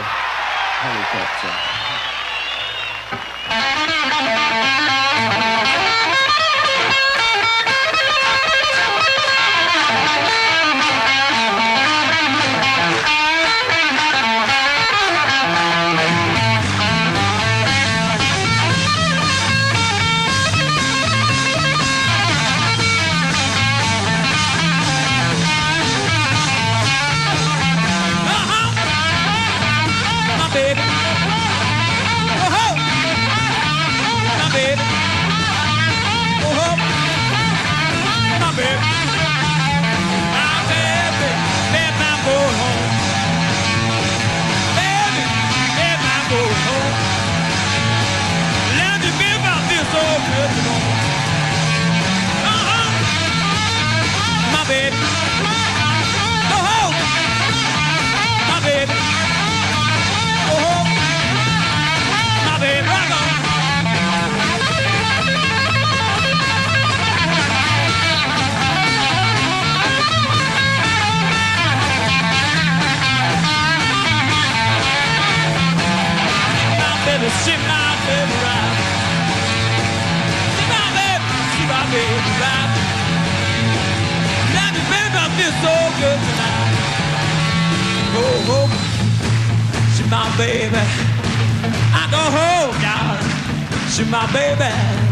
J: My baby, I go home, darling. See my baby.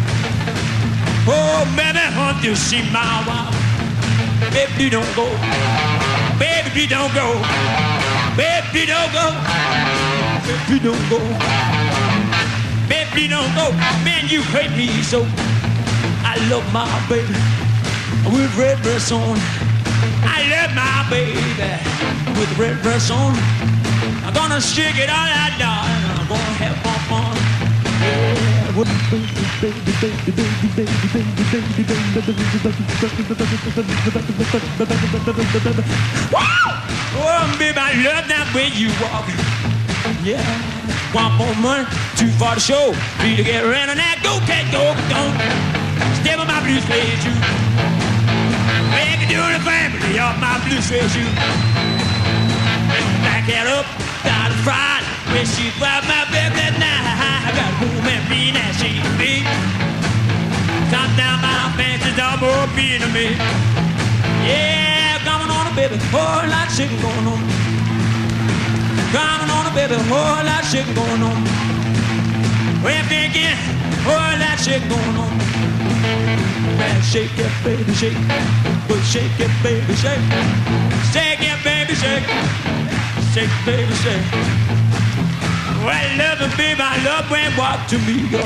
J: Oh, baby, hunt you see my wife. Baby, don't go. Baby, don't go. Baby, don't go. Baby, don't go. Baby, don't go. Man, you hate me so. I love my baby with red dress on. I love my baby with red dress on. I'm gonna shake it all out, darling. I'm gonna have fun, fun. Yeah. Oh, baby, I love that way you walk. Yeah. One more money, two for the show. Three to get around and that. Go, cat, go, go. Step on my blue suede shoe. Make it do the family off my blue suede shoe. Back it up. Got a fried when she grabbed my baby that night. I got home and being that she be. Top down my fancy double being to me. Yeah, coming on a baby, whole lot of shit going on. Coming on a baby, whole lot of shit going on. We're thinking, whole lot of shit going on. Man, shake it, baby, shake. But shake it, baby, shake. Shake it, baby, shake. Shake, baby, shake. Well, I love it, baby, I love when you walk to me, go.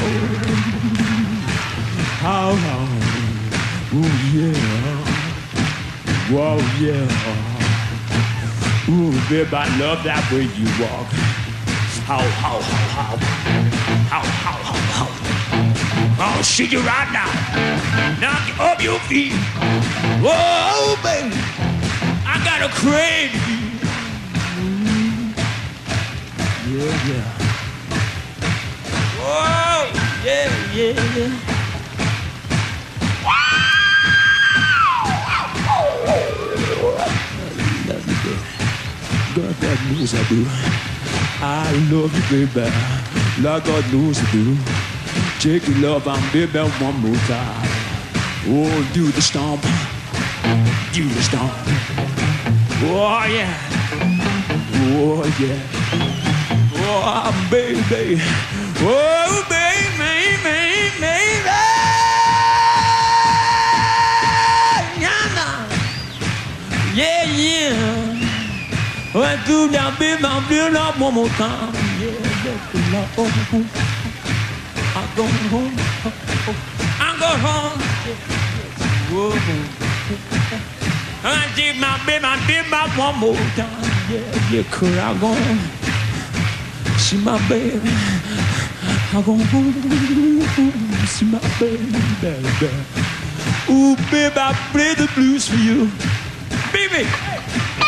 J: How, how, ooh, yeah. Whoa, yeah. Ooh, baby, I love that way you walk. How, how, how, how. How, how, how, how. I'll shoot you right now. Knock you off your feet. Whoa, baby, I got a crazy. Yeah, yeah. Whoa, yeah, yeah, yeah. Love you, baby. God, that knows I do. I love you, baby. Like God knows I do. Take your love and baby one more time. Oh, do the stomp. Do the stomp. Oh, yeah. Oh, yeah. Oh, baby, oh, baby, baby, baby, yeah, yeah. Well, do that, baby, I'm doing up one more time. Yeah, that's the love. I'm going home. I'm going home. Whoa. I did my baby, I did my one more time. Yeah, yeah, could I go home? See my baby, I'm gonna see my baby, baby. Ooh, baby, I play the blues for you, baby. Hey.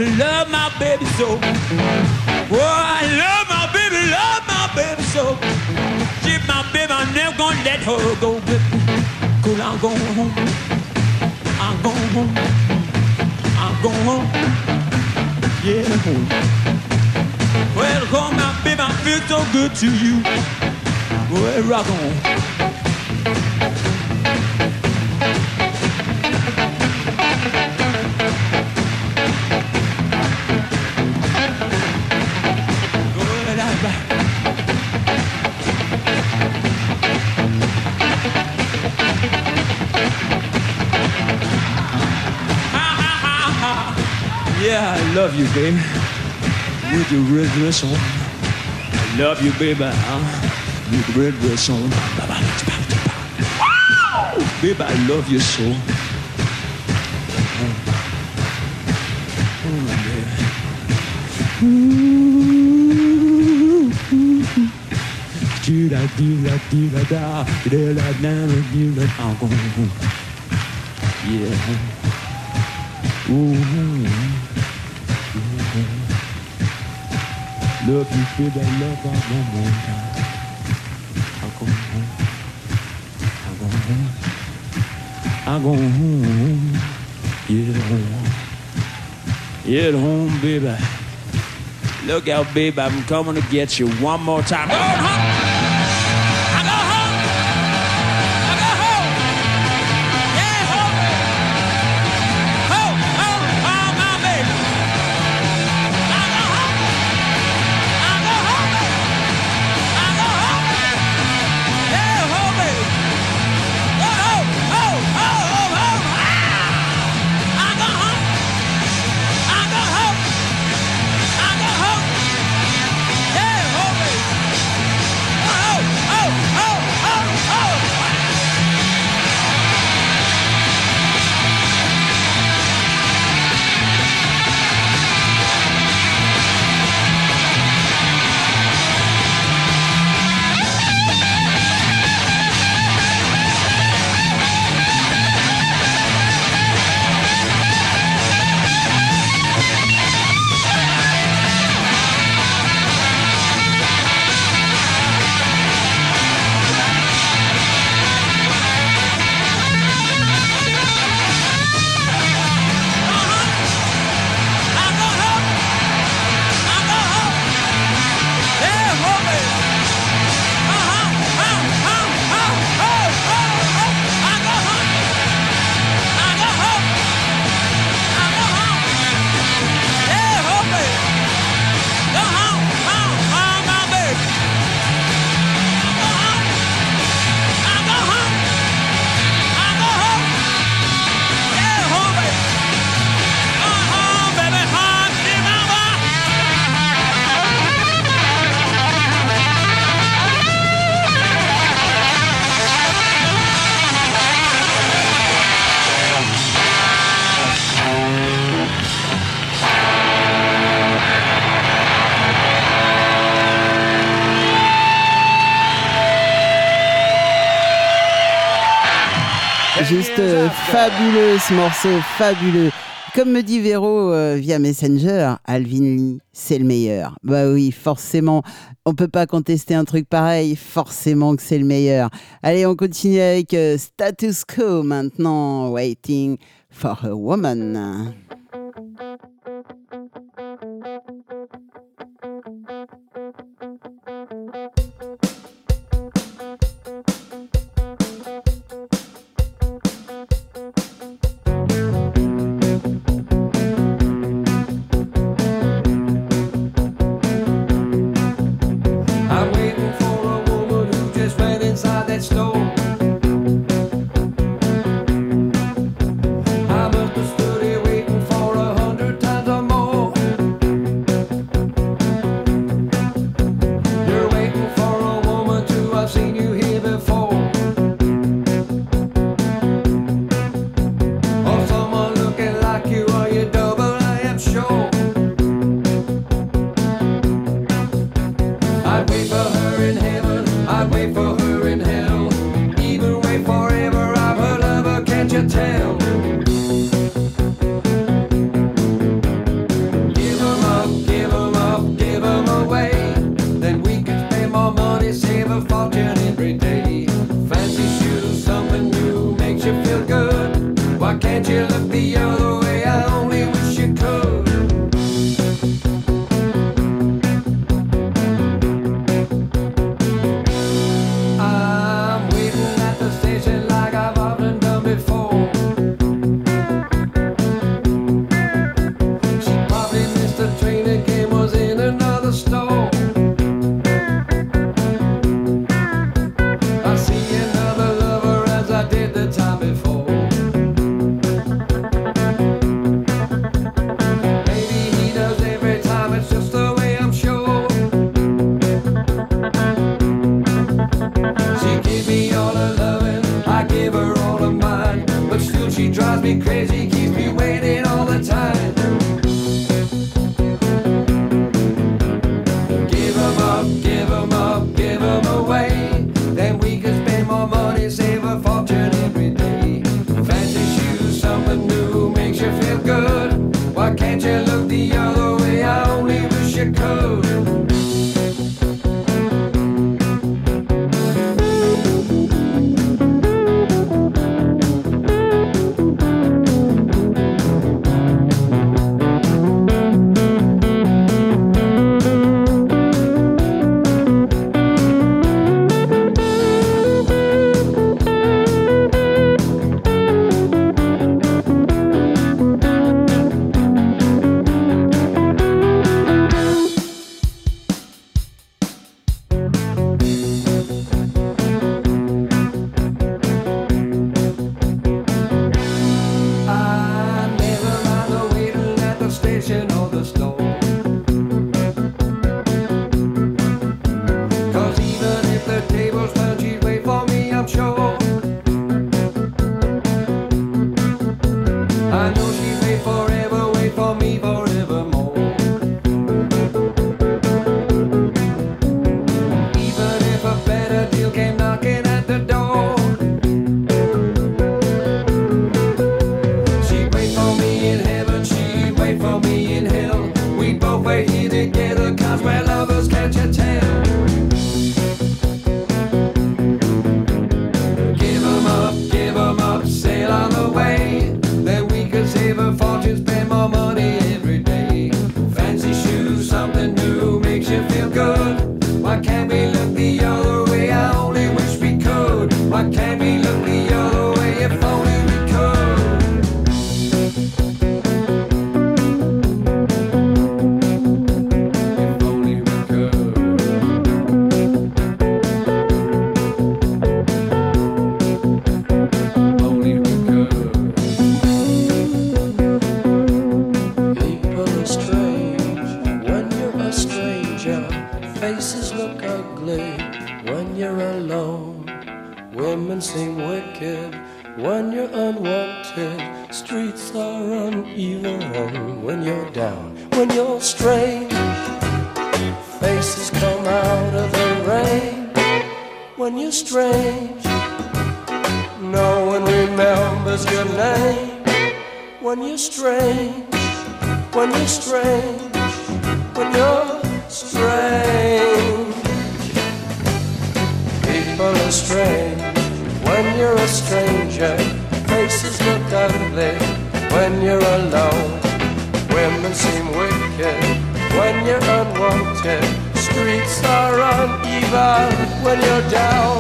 J: baby, love my baby so. Oh, I love my baby, love my baby so. She's my baby, I'm never gonna let her go, baby. Cause I'm going home, I'm going home, I'm going home, yeah, home. Well, home, my baby, I feel so good to you. Well, rock on. Yeah, I love you, baby. With the red dress on. I love you, baby. Uh, with the red dress on. Baby, I love you so. Oh, oh baby. Do da do da do da da da da da do da. I'm going home. Yeah. Ooh. Love you, baby, I love you one more time. I'm going home. I'm going home. I'm going home. Yeah, home. Yeah, home, baby. Look out, baby, I'm coming to get you one more time. Go home. I go home. I go home. Yeah, home. Home, home, home, my baby. I go home. I go home. I go home. Yeah, home, baby. Go home, home, home, home, home. Ah! I go home. I go home. I go home. Yeah, home, baby. Go home, home, home, home, home.
A: Juste euh, fabuleux ce morceau, fabuleux. Comme me dit Véro euh, via Messenger, Alvin Lee, c'est le meilleur. Bah oui, forcément, on peut pas contester un truc pareil, forcément que c'est le meilleur. Allez, on continue avec euh, Status Quo maintenant, Waiting for a Woman.
F: I must have stood here waiting for can't you look the other way? I only wish you could. I'm waiting at the station like I've often done before. She probably missed the train again, was in another store. I see another lover as I did the time before. Maybe he does every time, it's just the way I'm sure. She gave me all her loving, I gave her all of mine, but still she drives me crazy, keeps me waiting all the time. Give 'em up, give 'em up, give 'em away. Then we could spend more money, save a fortune every day. Fancy shoes, something new, makes you feel good. Why can't you look the other way? I only wish you could. I never mind the waiting at the station or the store. 'Cause even if the table's turned, she'd wait for me, I'm sure. I know she'd wait forever, wait for me forevermore. Even if a better deal came knocking at the door, she'd wait for me in heaven, she'd wait for me in hell. We'd both wait here together, 'cause we're lovers, can't you tell? Give 'em up, give 'em up, sail on the way. Then we could save a fortune, spend more money every day. Fancy shoes, something new, makes you feel good. Why can't we look the other way? I only wish we could. Why can't we look the other way? If only we could. If only we could. Only we could.
K: People are strange when you're a stranger. Faces look ugly when you're alone. Women seem wicked when you're unwanted. Streets are uneven when you're down. When you're strange, faces come out of the rain. When you're strange, no one remembers your name. When you're strange, when you're strange, when you're strange. People are strange when you're a stranger. Faces look ugly when you're alone. Women seem wicked when you're unwanted. Streets are uneven when you're down.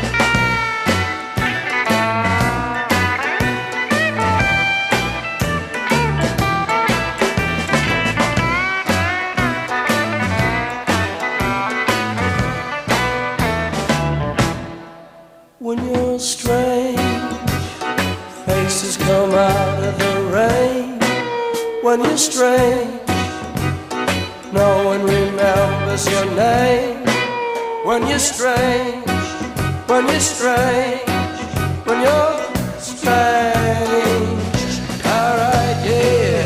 K: When you're strange, faces come out of the rain. When you're strange, no one remembers your name. When you're strange, when you're strange, when you're strange. Alright, yeah.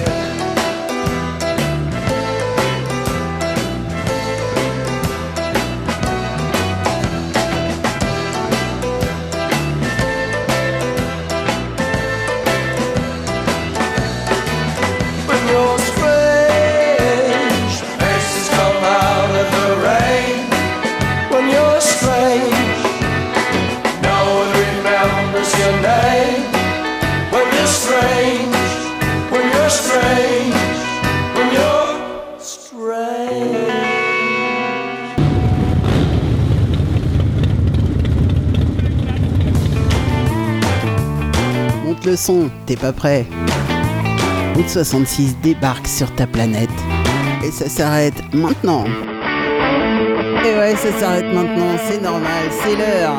A: monte le son, t'es pas prêt? Route soixante-six débarque sur ta planète. Et ça s'arrête maintenant. Et ouais, ça s'arrête maintenant, c'est normal, c'est l'heure.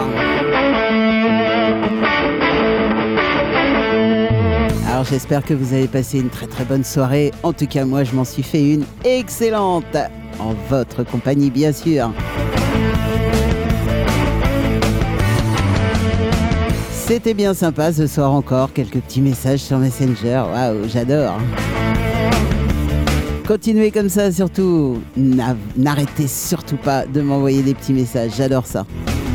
A: Alors j'espère que vous avez passé une très très bonne soirée. En tout cas, moi je m'en suis fait une excellente. En votre compagnie, bien sûr. C'était bien sympa ce soir encore. Quelques petits messages sur Messenger. Waouh, j'adore. Continuez comme ça, surtout. N'a- N'arrêtez surtout pas de m'envoyer des petits messages. J'adore ça.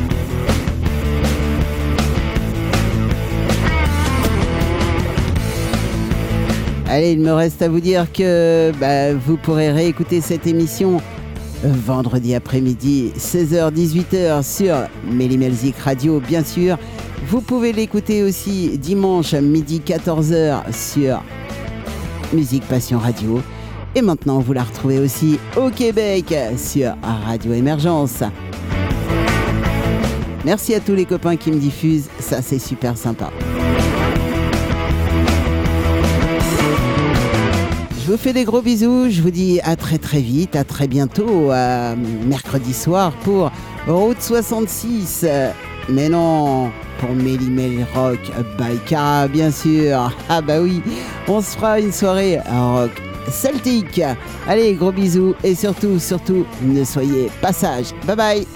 A: Allez, il me reste à vous dire que bah, vous pourrez réécouter cette émission vendredi après-midi, seize heures dix-huit heures sur Mélimelzik Radio, bien sûr. Vous pouvez l'écouter aussi dimanche midi quatorze heures sur Musique Passion Radio. Et maintenant, vous la retrouvez aussi au Québec sur Radio Émergence. Merci à tous les copains qui me diffusent, ça c'est super sympa. Je vous fais des gros bisous, je vous dis à très très vite, à très bientôt, à mercredi soir pour Route soixante-six. Mais non, pour Méli Méli Rock by Cara, bien sûr. Ah bah oui, on se fera une soirée rock celtique. Allez, gros bisous et surtout, surtout, ne soyez pas sages. Bye bye.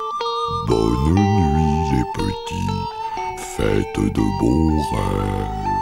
L: Bonne nuit les petits, faites de bons rêves.